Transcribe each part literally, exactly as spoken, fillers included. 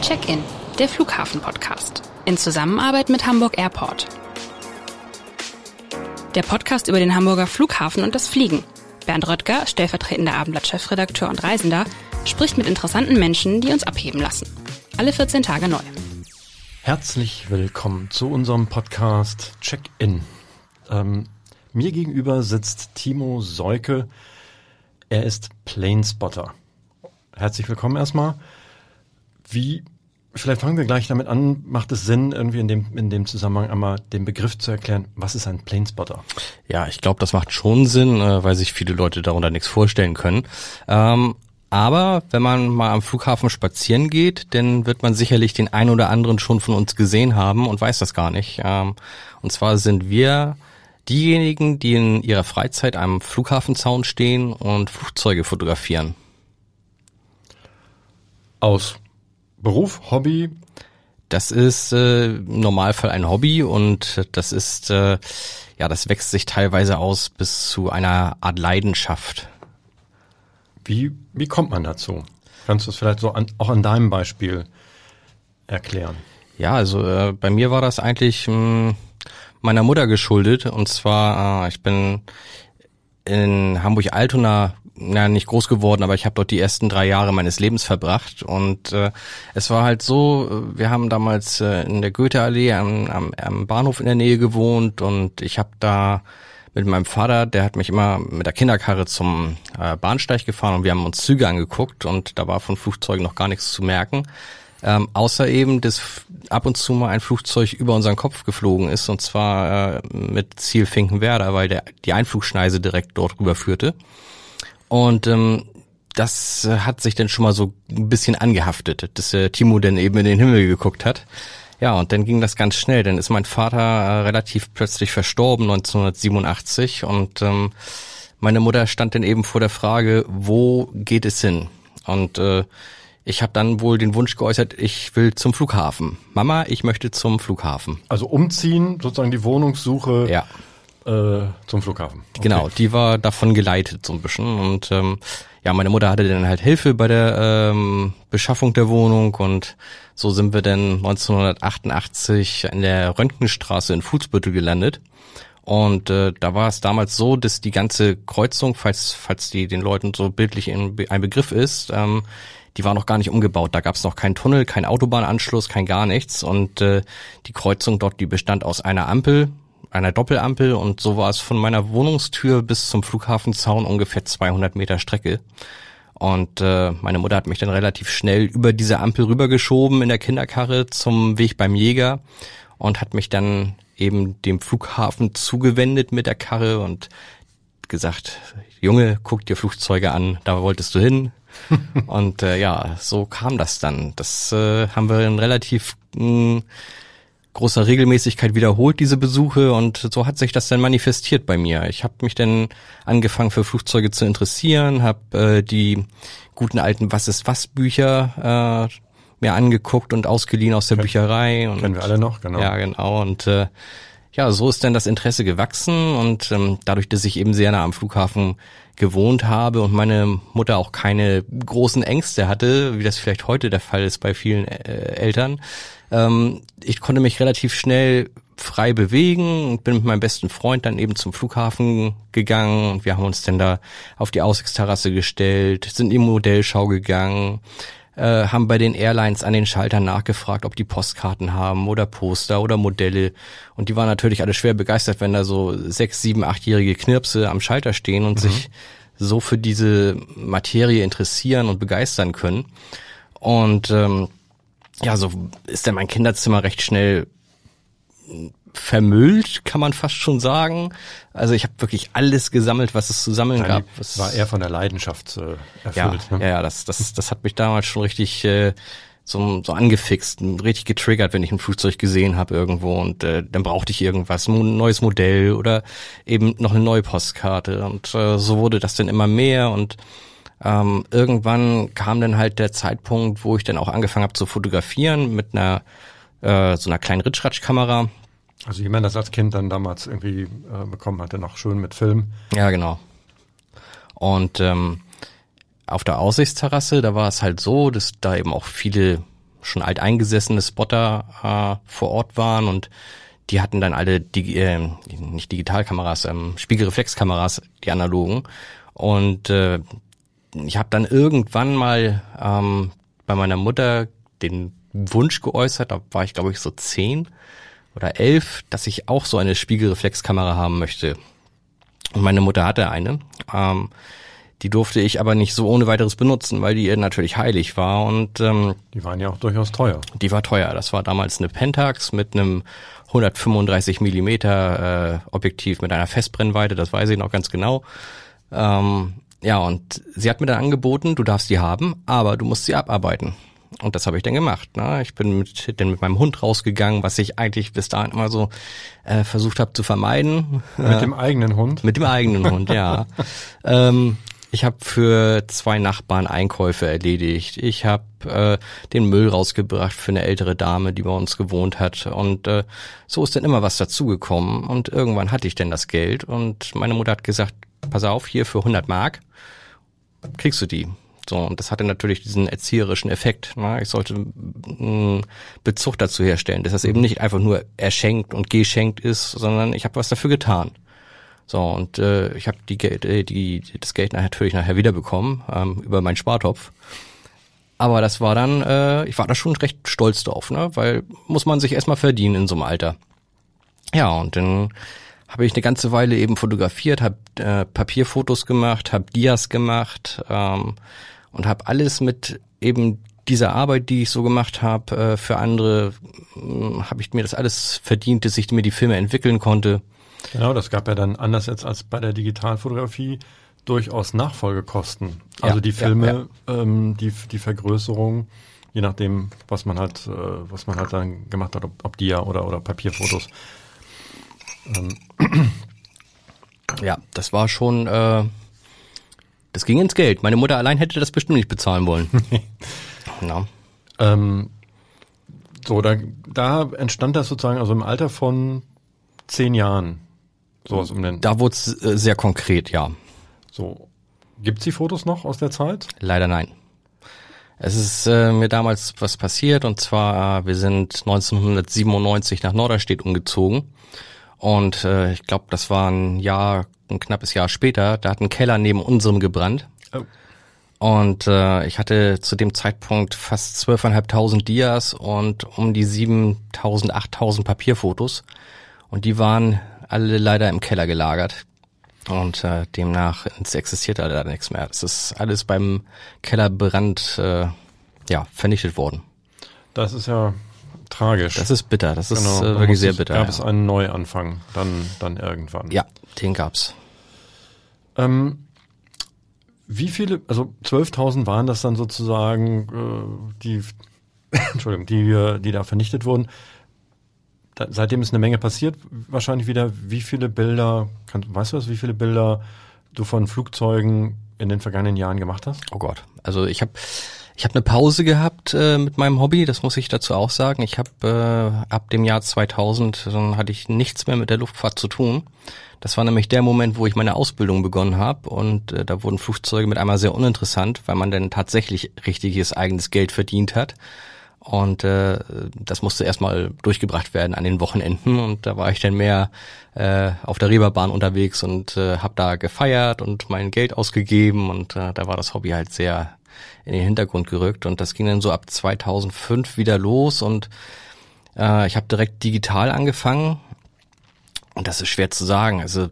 Check-in, der Flughafen-Podcast, in Zusammenarbeit mit Hamburg Airport. Der Podcast über den Hamburger Flughafen und das Fliegen. Bernd Röttger, stellvertretender Abendblatt-Chefredakteur und Reisender, spricht mit interessanten Menschen, die uns abheben lassen. Alle vierzehn Tage neu. Herzlich willkommen zu unserem Podcast Check-in. Ähm, mir gegenüber sitzt Timo Seuke. Er ist Planespotter. Herzlich willkommen erstmal. Wie, vielleicht fangen wir gleich damit an, macht es Sinn, irgendwie in dem, in dem Zusammenhang einmal den Begriff zu erklären, was ist ein Planespotter? Ja, ich glaube, das macht schon Sinn, weil sich viele Leute darunter nichts vorstellen können. Ähm, aber wenn man mal am Flughafen spazieren geht, dann wird man sicherlich den einen oder anderen schon von uns gesehen haben und weiß das gar nicht. Ähm, und zwar sind wir diejenigen, die in ihrer Freizeit am Flughafenzaun stehen und Flugzeuge fotografieren. Aus Beruf, Hobby? Das ist äh, im Normalfall ein Hobby und das ist, äh, ja, das wächst sich teilweise aus bis zu einer Art Leidenschaft. Wie, wie kommt man dazu? Kannst du es vielleicht so an, auch an deinem Beispiel erklären? Ja, also äh, bei mir war das eigentlich mh, meiner Mutter geschuldet. Und zwar, äh, ich bin in Hamburg-Altona ja, nicht groß geworden, aber ich habe dort die ersten drei Jahre meines Lebens verbracht. Und äh, es war halt so, wir haben damals äh, in der Goetheallee am, am, am Bahnhof in der Nähe gewohnt und ich habe da mit meinem Vater, der hat mich immer mit der Kinderkarre zum äh, Bahnsteig gefahren und wir haben uns Züge angeguckt und da war von Flugzeugen noch gar nichts zu merken. Ähm, außer eben, dass ab und zu mal ein Flugzeug über unseren Kopf geflogen ist und zwar äh, mit Ziel Finkenwerder, weil der die Einflugschneise direkt dort rüber führte. Und ähm, das äh, hat sich dann schon mal so ein bisschen angehaftet, dass äh, Timo dann eben in den Himmel geguckt hat. Ja, und dann ging das ganz schnell. Dann ist mein Vater äh, relativ plötzlich verstorben, neunzehnhundertsiebenundachtzig. Und ähm, meine Mutter stand dann eben vor der Frage, wo geht es hin? Und äh, ich habe dann wohl den Wunsch geäußert, ich will zum Flughafen. Mama, ich möchte zum Flughafen. Also umziehen, sozusagen die Wohnungssuche. Ja. Äh, zum Flughafen. Okay. Genau, die war davon geleitet so ein bisschen und ähm, ja, meine Mutter hatte dann halt Hilfe bei der ähm, Beschaffung der Wohnung und so sind wir dann neunzehnhundertachtundachtzig in der Röntgenstraße in Fuhlsbüttel gelandet und äh, da war es damals so, dass die ganze Kreuzung, falls falls die den Leuten so bildlich in, ein Begriff ist, ähm, die war noch gar nicht umgebaut. Da gab es noch keinen Tunnel, keinen Autobahnanschluss, kein gar nichts und äh, die Kreuzung dort, die bestand aus einer Ampel, einer Doppelampel und so war es von meiner Wohnungstür bis zum Flughafenzaun ungefähr zweihundert Meter Strecke. Und äh, meine Mutter hat mich dann relativ schnell über diese Ampel rübergeschoben in der Kinderkarre zum Weg beim Jäger und hat mich dann eben dem Flughafen zugewendet mit der Karre und gesagt, Junge, guck dir Flugzeuge an, da wolltest du hin. Und äh, ja, so kam das dann. Das äh, haben wir in relativ mh, großer Regelmäßigkeit wiederholt, diese Besuche, und so hat sich das dann manifestiert bei mir. Ich habe mich dann angefangen für Flugzeuge zu interessieren, habe äh, die guten alten Was-ist-was-Bücher äh, mir angeguckt und ausgeliehen aus der Ken, Bücherei. Und, kennen wir alle noch, genau. Ja, genau. Und äh, ja, so ist dann das Interesse gewachsen und ähm, dadurch, dass ich eben sehr nah am Flughafen gewohnt habe und meine Mutter auch keine großen Ängste hatte, wie das vielleicht heute der Fall ist bei vielen äh, Eltern, ähm, ich konnte mich relativ schnell frei bewegen und bin mit meinem besten Freund dann eben zum Flughafen gegangen und wir haben uns dann da auf die Aussichtsterrasse gestellt, sind in die Modellschau gegangen, äh, haben bei den Airlines an den Schaltern nachgefragt, ob die Postkarten haben oder Poster oder Modelle und die waren natürlich alle schwer begeistert, wenn da so sechs, sieben, achtjährige Knirpse am Schalter stehen und mhm. sich so für diese Materie interessieren und begeistern können. Und ähm, ja, so ist dann mein Kinderzimmer recht schnell vermüllt, kann man fast schon sagen. Also ich habe wirklich alles gesammelt, was es zu sammeln Nein, gab. Es war eher von der Leidenschaft äh, erfüllt. Ja, ne? ja, das, das, das hat mich damals schon richtig äh, so, so angefixt, richtig getriggert, wenn ich ein Flugzeug gesehen habe irgendwo und äh, dann brauchte ich irgendwas, ein neues Modell oder eben noch eine neue Postkarte und äh, so wurde das dann immer mehr und ähm, irgendwann kam dann halt der Zeitpunkt, wo ich dann auch angefangen habe zu fotografieren mit einer äh, so einer kleinen Ritschratsch-Kamera. Also wie man das als Kind dann damals irgendwie äh, bekommen hatte, noch schön mit Film. Ja, genau. Und ähm, auf der Aussichtsterrasse, da war es halt so, dass da eben auch viele schon alteingesessene Spotter äh, vor Ort waren und die hatten dann alle, die, äh, nicht Digitalkameras, ähm, Spiegelreflexkameras, die analogen. Und äh, ich habe dann irgendwann mal ähm, bei meiner Mutter den Wunsch geäußert, da war ich glaube ich so zehn oder elf, dass ich auch so eine Spiegelreflexkamera haben möchte. Und meine Mutter hatte eine. Ähm, die durfte ich aber nicht so ohne weiteres benutzen, weil die ihr natürlich heilig war. Und ähm, die waren ja auch durchaus teuer. Die war teuer. Das war damals eine Pentax mit einem hundertfünfunddreißig Millimeter äh, Objektiv mit einer Festbrennweite, das weiß ich noch ganz genau. Ähm, ja, und sie hat mir dann angeboten, du darfst die haben, aber du musst sie abarbeiten. Und das habe ich dann gemacht. Ne? Ich bin mit, dann mit meinem Hund rausgegangen, was ich eigentlich bis dahin immer so äh, versucht habe zu vermeiden. Mit äh, dem eigenen Hund? Mit dem eigenen Hund, ja. ähm, Ich habe für zwei Nachbarn Einkäufe erledigt. Ich habe äh, den Müll rausgebracht für eine ältere Dame, die bei uns gewohnt hat. Und äh, so ist dann immer was dazugekommen. Und irgendwann hatte ich dann das Geld. Und meine Mutter hat gesagt, pass auf, hier für hundert Mark kriegst du die. So, und das hatte natürlich diesen erzieherischen Effekt. Ne? Ich sollte einen Bezug dazu herstellen, dass das eben nicht einfach nur erschenkt und geschenkt ist, sondern ich habe was dafür getan. So, und äh, ich habe die Geld, äh, die das Geld natürlich nachher wiederbekommen ähm, über meinen Spartopf. Aber das war dann, äh, ich war da schon recht stolz drauf, ne, weil muss man sich erstmal verdienen in so einem Alter. Ja, und dann habe ich eine ganze Weile eben fotografiert, habe äh, Papierfotos gemacht, habe Dias gemacht ähm, und habe alles mit eben dieser Arbeit, die ich so gemacht habe, äh, für andere, äh, habe ich mir das alles verdient, dass ich mir die Filme entwickeln konnte. Genau, das gab ja dann anders jetzt als bei der Digitalfotografie durchaus Nachfolgekosten. Also ja, die Filme, ja, ja. Ähm, die die Vergrößerung, je nachdem, was man halt, äh, was man halt dann gemacht hat, ob, ob Dia oder oder Papierfotos. Ähm. Ja, das war schon, äh, das ging ins Geld. Meine Mutter allein hätte das bestimmt nicht bezahlen wollen. no. ähm, so, da da entstand das sozusagen, also im Alter von zehn Jahren. Sowas um den. Da wurde es äh, sehr konkret, ja. So. Gibt's die Fotos noch aus der Zeit? Leider nein. Es ist äh, mir damals was passiert und zwar, äh, wir sind neunzehnhundertsiebenundneunzig nach Norderstedt umgezogen und äh, ich glaube, das war ein Jahr, ein knappes Jahr später, da hat ein Keller neben unserem gebrannt. Oh. Und äh, ich hatte zu dem Zeitpunkt fast zwölfeinhalbtausend Dias und um die siebentausend, achttausend Papierfotos und die waren alle leider im Keller gelagert und äh, demnach es existiert leider nichts mehr. Es ist alles beim Kellerbrand äh, ja vernichtet worden. Das ist ja tragisch. Das ist bitter. Das ist genau, äh, wirklich sehr es, bitter. Gab ja. es einen Neuanfang dann dann irgendwann? Ja, den gab's. Ähm, wie viele? Also zwölftausend waren das dann sozusagen äh, die Entschuldigung, die die da vernichtet wurden. Da, seitdem ist eine Menge passiert, wahrscheinlich wieder. Wie viele Bilder, kann, weißt du was, wie viele Bilder du von Flugzeugen in den vergangenen Jahren gemacht hast? Oh Gott, also ich habe ich habe eine Pause gehabt äh, mit meinem Hobby, das muss ich dazu auch sagen. Ich habe äh, ab dem Jahr zweitausend, dann hatte ich nichts mehr mit der Luftfahrt zu tun. Das war nämlich der Moment, wo ich meine Ausbildung begonnen habe und äh, da wurden Flugzeuge mit einmal sehr uninteressant, weil man dann tatsächlich richtiges eigenes Geld verdient hat. Und äh, das musste erstmal durchgebracht werden an den Wochenenden und da war ich dann mehr äh, auf der Reeperbahn unterwegs und äh, habe da gefeiert und mein Geld ausgegeben und äh, da war das Hobby halt sehr in den Hintergrund gerückt und das ging dann so ab zweitausendfünf wieder los und äh, ich habe direkt digital angefangen und das ist schwer zu sagen. Also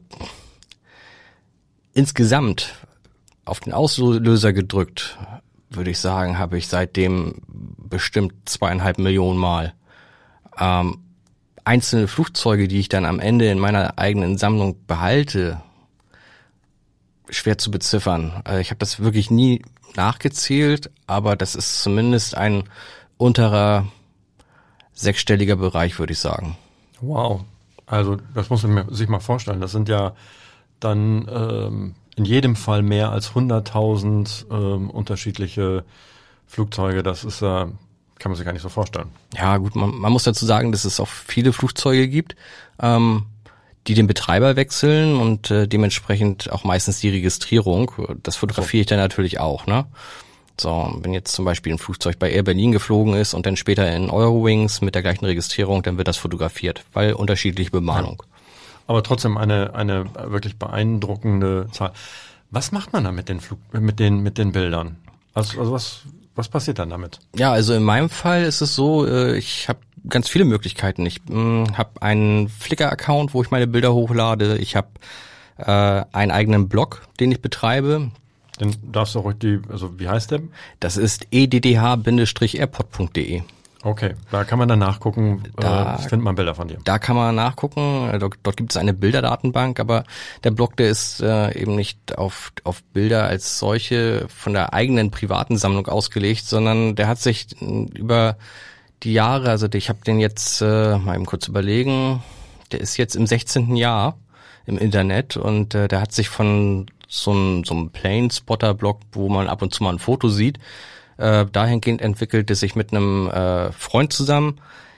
insgesamt auf den Auslöser gedrückt, würde ich sagen, habe ich seitdem bestimmt zweieinhalb Millionen Mal ähm, einzelne Flugzeuge, die ich dann am Ende in meiner eigenen Sammlung behalte, schwer zu beziffern. Also ich habe das wirklich nie nachgezählt, aber das ist zumindest ein unterer sechsstelliger Bereich, würde ich sagen. Wow. Also das muss man sich mal vorstellen. Das sind ja dann ähm, in jedem Fall mehr als hunderttausend ähm, unterschiedliche Flugzeuge. Das ist äh, kann man sich gar nicht so vorstellen. Ja gut, man, man muss dazu sagen, dass es auch viele Flugzeuge gibt, ähm, die den Betreiber wechseln und äh, dementsprechend auch meistens die Registrierung. Das fotografiere ich dann natürlich auch, ne? So, wenn jetzt zum Beispiel ein Flugzeug bei Air Berlin geflogen ist und dann später in Eurowings mit der gleichen Registrierung, dann wird das fotografiert, weil unterschiedliche Bemalung. Ja. Aber trotzdem eine eine wirklich beeindruckende Zahl. Was macht man da mit den Flug, mit den mit den Bildern? Also, also was was passiert dann damit? Ja, also in meinem Fall ist es so, ich habe ganz viele Möglichkeiten. Ich habe einen Flickr-Account, wo ich meine Bilder hochlade. Ich habe äh, einen eigenen Blog, den ich betreibe. Dann darfst du auch die, also wie heißt der? Das ist e d d h Bindestrich airport punkt d e. Okay, da kann man dann nachgucken, da äh, findet man Bilder von dir. Da kann man nachgucken, dort, dort gibt es eine Bilderdatenbank, aber der Blog, der ist äh, eben nicht auf auf Bilder als solche von der eigenen privaten Sammlung ausgelegt, sondern der hat sich über die Jahre, also ich habe den jetzt, äh, mal eben kurz überlegen, der ist jetzt im sechzehnten Jahr im Internet und äh, der hat sich von so einem so einem Planespotter-Blog, wo man ab und zu mal ein Foto sieht, äh, dahingehend entwickelt, dass ich mit einem äh, Freund zusammen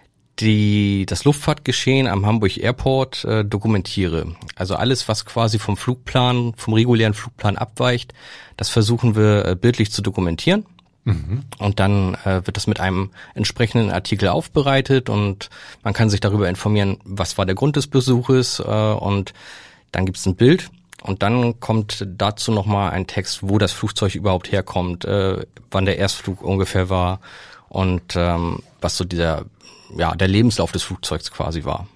die das Luftfahrtgeschehen am Hamburg Airport äh, dokumentiere. Also alles, was quasi vom Flugplan, vom regulären Flugplan abweicht, das versuchen wir äh, bildlich zu dokumentieren. Mhm. Und dann äh, wird das mit einem entsprechenden Artikel aufbereitet und man kann sich darüber informieren, was war der Grund des Besuches, äh, und dann gibt's ein Bild. Und dann kommt dazu nochmal ein Text, wo das Flugzeug überhaupt herkommt, äh, wann der Erstflug ungefähr war und ähm, was so dieser, ja, der Lebenslauf des Flugzeugs quasi war.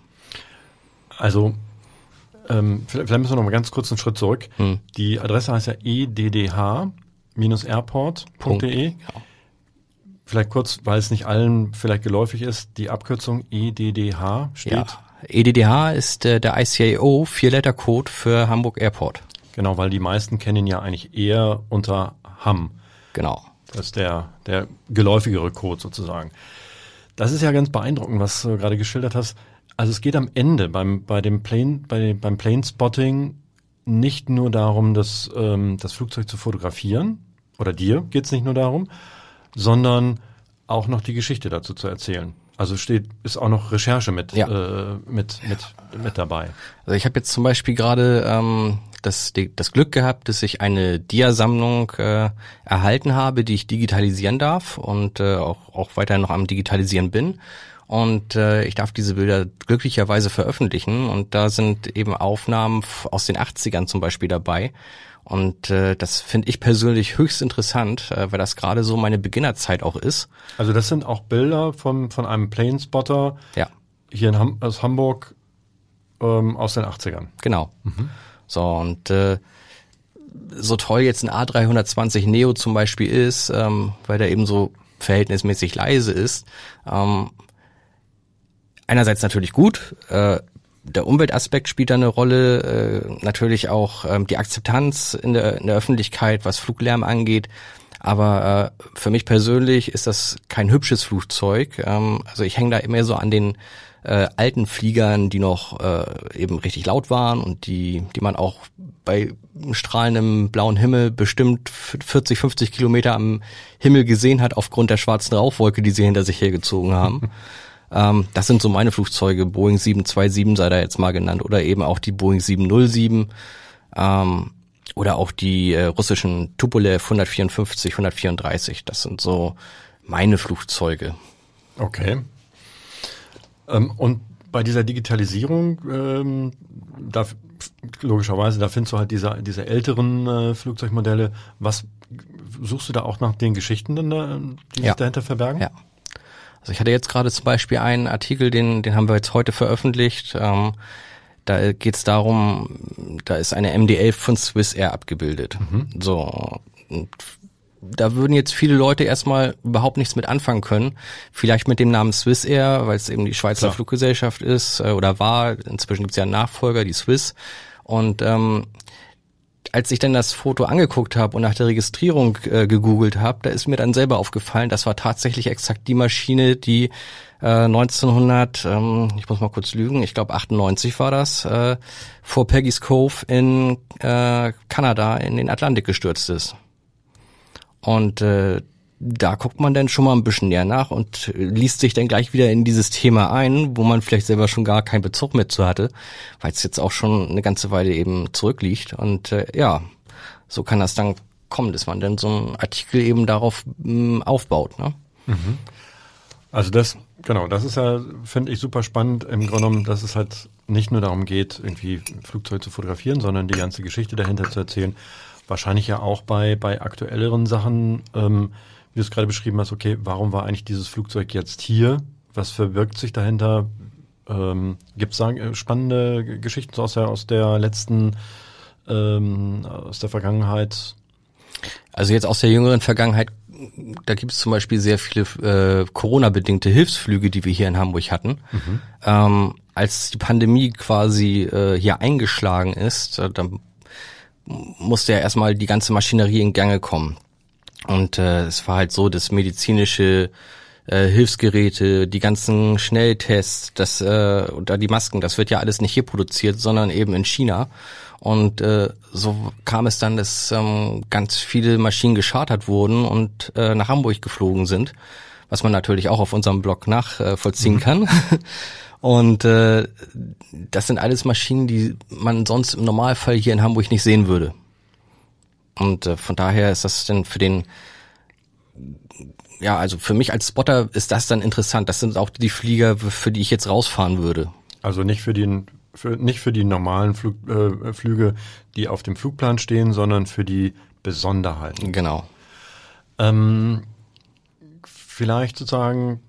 Also, ähm, vielleicht müssen wir noch mal ganz kurz einen Schritt zurück. Hm. Die Adresse heißt ja e d d h Bindestrich airport Punkt d e. Ja. Vielleicht kurz, weil es nicht allen vielleicht geläufig ist, die Abkürzung E D D H steht. Ja. E D D H ist äh, der I C A O Vier-Letter-Code für Hamburg Airport. Genau, weil die meisten kennen ihn ja eigentlich eher unter H A M. Genau. Das ist der, der geläufigere Code sozusagen. Das ist ja ganz beeindruckend, was du gerade geschildert hast. Also es geht am Ende beim, bei dem Plane, bei, beim Planespotting nicht nur darum, das, ähm, das Flugzeug zu fotografieren, oder dir geht's nicht nur darum, sondern auch noch die Geschichte dazu zu erzählen. Also steht, ist auch noch Recherche mit, ja. äh, mit, mit, mit dabei. Also ich habe jetzt zum Beispiel gerade ähm, das, die, das Glück gehabt, dass ich eine Dia-Sammlung äh, erhalten habe, die ich digitalisieren darf und äh, auch, auch weiter noch am Digitalisieren bin. Und äh, ich darf diese Bilder glücklicherweise veröffentlichen. Und da sind eben Aufnahmen aus den achtzigern zum Beispiel dabei. Und äh, das finde ich persönlich höchst interessant, äh, weil das gerade so meine Beginnerzeit auch ist. Also das sind auch Bilder von von einem Planespotter, ja, hier in Ham- aus Hamburg ähm, aus den achtzigern. Genau. Mhm. So, und äh, so toll jetzt ein A drei zwanzig Neo zum Beispiel ist, ähm, weil der eben so verhältnismäßig leise ist, ähm, einerseits natürlich gut, äh, der Umweltaspekt spielt da eine Rolle, äh, natürlich auch ähm, die Akzeptanz in der, in der Öffentlichkeit, was Fluglärm angeht. Aber äh, für mich persönlich ist das kein hübsches Flugzeug. Ähm, also ich hänge da immer so an den äh, alten Fliegern, die noch äh, eben richtig laut waren und die, die man auch bei strahlendem blauen Himmel bestimmt vierzig, fünfzig Kilometer am Himmel gesehen hat aufgrund der schwarzen Rauchwolke, die sie hinter sich hergezogen haben. Ähm, das sind so meine Flugzeuge, Boeing sieben zwei sieben sei da jetzt mal genannt oder eben auch die Boeing sieben null sieben ähm, oder auch die äh, russischen Tupolev hundertvierundfünfzig, hundertvierunddreißig. Das sind so meine Flugzeuge. Okay. Ähm, und bei dieser Digitalisierung, ähm, da, logischerweise, da findest du halt diese, diese älteren äh, Flugzeugmodelle. Was suchst du da auch nach den Geschichten, denn, da, die ja. sich dahinter verbergen? Ja. Also ich hatte jetzt gerade zum Beispiel einen Artikel, den den haben wir jetzt heute veröffentlicht. Ähm, da geht es darum, da ist eine M D elf von Swissair abgebildet. Mhm. So, und da würden jetzt viele Leute erstmal überhaupt nichts mit anfangen können. Vielleicht mit dem Namen Swissair, weil es eben die Schweizer Klar. Fluggesellschaft ist äh, oder war. Inzwischen gibt es ja einen Nachfolger, die Swiss. Und ähm, als ich dann das Foto angeguckt habe und nach der Registrierung äh, gegoogelt habe, da ist mir dann selber aufgefallen, das war tatsächlich exakt die Maschine, die äh, neunzehnhundert, ähm, ich muss mal kurz lügen, ich glaube achtundneunzig war das, äh, vor Peggy's Cove in äh, Kanada in den Atlantik gestürzt ist. Und äh, da guckt man dann schon mal ein bisschen näher nach und liest sich dann gleich wieder in dieses Thema ein, wo man vielleicht selber schon gar keinen Bezug mehr zu hatte, weil es jetzt auch schon eine ganze Weile eben zurückliegt. Und äh, ja, so kann das dann kommt, dass man dann so einen Artikel eben darauf mh, aufbaut, ne? Mhm. Also das, genau, das ist ja, finde ich, super spannend im Grunde genommen, dass es halt nicht nur darum geht, irgendwie Flugzeuge zu fotografieren, sondern die ganze Geschichte dahinter zu erzählen. Wahrscheinlich ja auch bei bei aktuelleren Sachen, ähm, wie du es gerade beschrieben hast, okay, warum war eigentlich dieses Flugzeug jetzt hier? Was verbirgt sich dahinter? Ähm, Gibt es da spannende Geschichten so aus der aus der letzten, ähm, aus der Vergangenheit? Also jetzt aus der jüngeren Vergangenheit, da gibt es zum Beispiel sehr viele äh, Corona-bedingte Hilfsflüge, die wir hier in Hamburg hatten. Mhm. Ähm, als die Pandemie quasi äh, hier eingeschlagen ist, äh, dann musste ja erstmal die ganze Maschinerie in Gange kommen. Und äh, es war halt so, dass medizinische äh, Hilfsgeräte, die ganzen Schnelltests, das äh, oder die Masken, das wird ja alles nicht hier produziert, sondern eben in China. Und äh, so kam es dann, dass ähm, ganz viele Maschinen geschartert wurden und äh, nach Hamburg geflogen sind, was man natürlich auch auf unserem Blog nachvollziehen äh, kann. Und äh, das sind alles Maschinen, die man sonst im Normalfall hier in Hamburg nicht sehen würde. Und äh, von daher ist das dann für den, ja, also für mich als Spotter ist das dann interessant. Das sind auch die Flieger, für die ich jetzt rausfahren würde. Also nicht für den Für, nicht für die normalen Flug, äh, Flüge, die auf dem Flugplan stehen, sondern für die Besonderheiten. Genau. Ähm, vielleicht sozusagen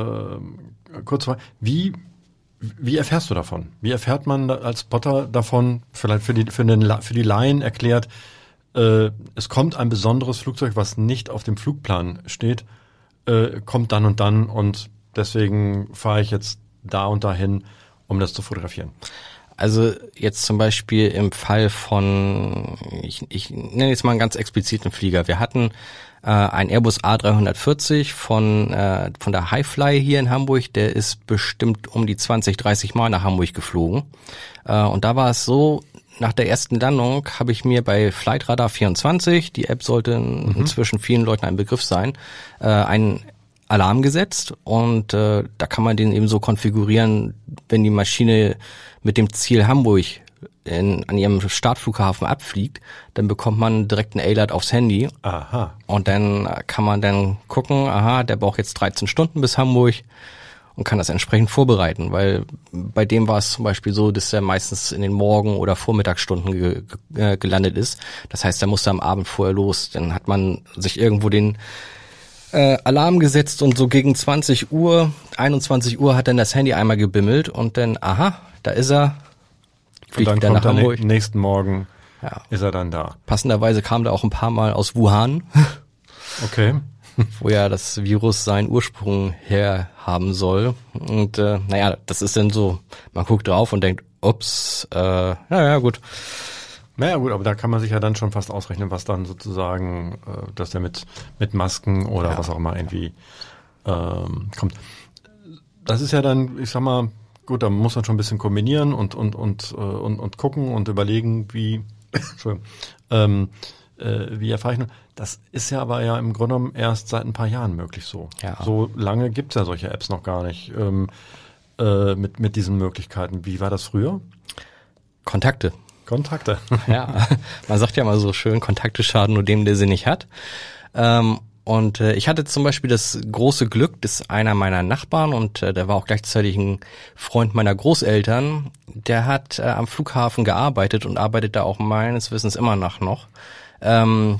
äh, kurz mal, wie wie erfährst du davon? Wie erfährt man als Spotter davon? Vielleicht für die für den für die Laien erklärt, äh, es kommt ein besonderes Flugzeug, was nicht auf dem Flugplan steht, äh, kommt dann und dann und deswegen fahre ich jetzt da und dahin, um das zu fotografieren. Also jetzt zum Beispiel im Fall von, ich, ich nenne jetzt mal einen ganz expliziten Flieger. Wir hatten äh, einen Airbus A drei vierzig von äh, von der Highfly hier in Hamburg. Der ist bestimmt um die zwanzig, dreißig Mal nach Hamburg geflogen. Äh, und da war es so, nach der ersten Landung habe ich mir bei Flightradar vierundzwanzig, die App sollte mhm. inzwischen vielen Leuten ein Begriff sein, äh, einen Alarm gesetzt und äh, da kann man den eben so konfigurieren, wenn die Maschine mit dem Ziel Hamburg in, an ihrem Startflughafen abfliegt, dann bekommt man direkt einen Alert aufs Handy. Aha. Und dann kann man dann gucken, aha, der braucht jetzt dreizehn Stunden bis Hamburg und kann das entsprechend vorbereiten, weil bei dem war es zum Beispiel so, dass er meistens in den Morgen- oder Vormittagsstunden ge- ge- gelandet ist. Das heißt, er musste am Abend vorher los. Dann hat man sich irgendwo den Äh, Alarm gesetzt und so gegen zwanzig Uhr, einundzwanzig Uhr hat dann das Handy einmal gebimmelt und dann, aha, da ist er, fliegt und dann kommt er nach nächsten Morgen, ja. Ist er dann da. Passenderweise kam der auch ein paar Mal aus Wuhan. Okay. Wo ja das Virus seinen Ursprung her haben soll. Und äh, naja, das ist dann so, man guckt drauf und denkt, ups, äh, naja, gut. Naja gut, aber da kann man sich ja dann schon fast ausrechnen, was dann sozusagen, äh, dass der mit mit Masken oder ja. was auch immer irgendwie ähm, kommt. Das ist ja dann, ich sag mal, gut, da muss man schon ein bisschen kombinieren und und und äh, und, und gucken und überlegen, wie, Entschuldigung, ähm, äh, wie erfahre ich noch. Das ist ja aber ja im Grunde genommen erst seit ein paar Jahren möglich so. Ja. So lange gibt's ja solche Apps noch gar nicht ähm, äh, mit mit diesen Möglichkeiten. Wie war das früher? Kontakte. Kontakte. Ja, man sagt ja mal so schön, Kontakte schaden nur dem, der sie nicht hat. Ähm, und äh, ich hatte zum Beispiel das große Glück, dass einer meiner Nachbarn, und äh, der war auch gleichzeitig ein Freund meiner Großeltern, der hat äh, am Flughafen gearbeitet und arbeitet da auch meines Wissens immer noch noch. Ähm,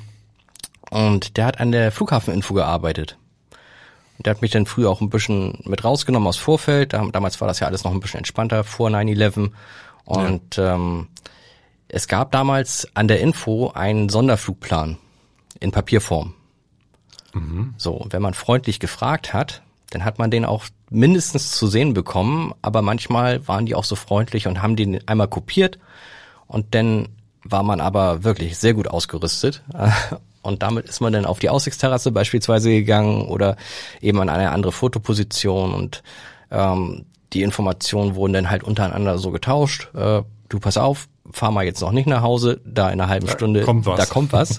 und der hat an der Flughafeninfo gearbeitet. Und der hat mich dann früher auch ein bisschen mit rausgenommen aus Vorfeld. Damals war das ja alles noch ein bisschen entspannter, vor neun elf. Und ja. ähm, es gab damals an der Info einen Sonderflugplan in Papierform. Mhm. So, wenn man freundlich gefragt hat, dann hat man den auch mindestens zu sehen bekommen, aber manchmal waren die auch so freundlich und haben den einmal kopiert und dann war man aber wirklich sehr gut ausgerüstet und damit ist man dann auf die Aussichtsterrasse beispielsweise gegangen oder eben an eine andere Fotoposition und ähm, die Informationen wurden dann halt untereinander so getauscht. Äh, du pass auf, fahr mal jetzt noch nicht nach Hause, da in einer halben da Stunde, kommt was. da kommt was.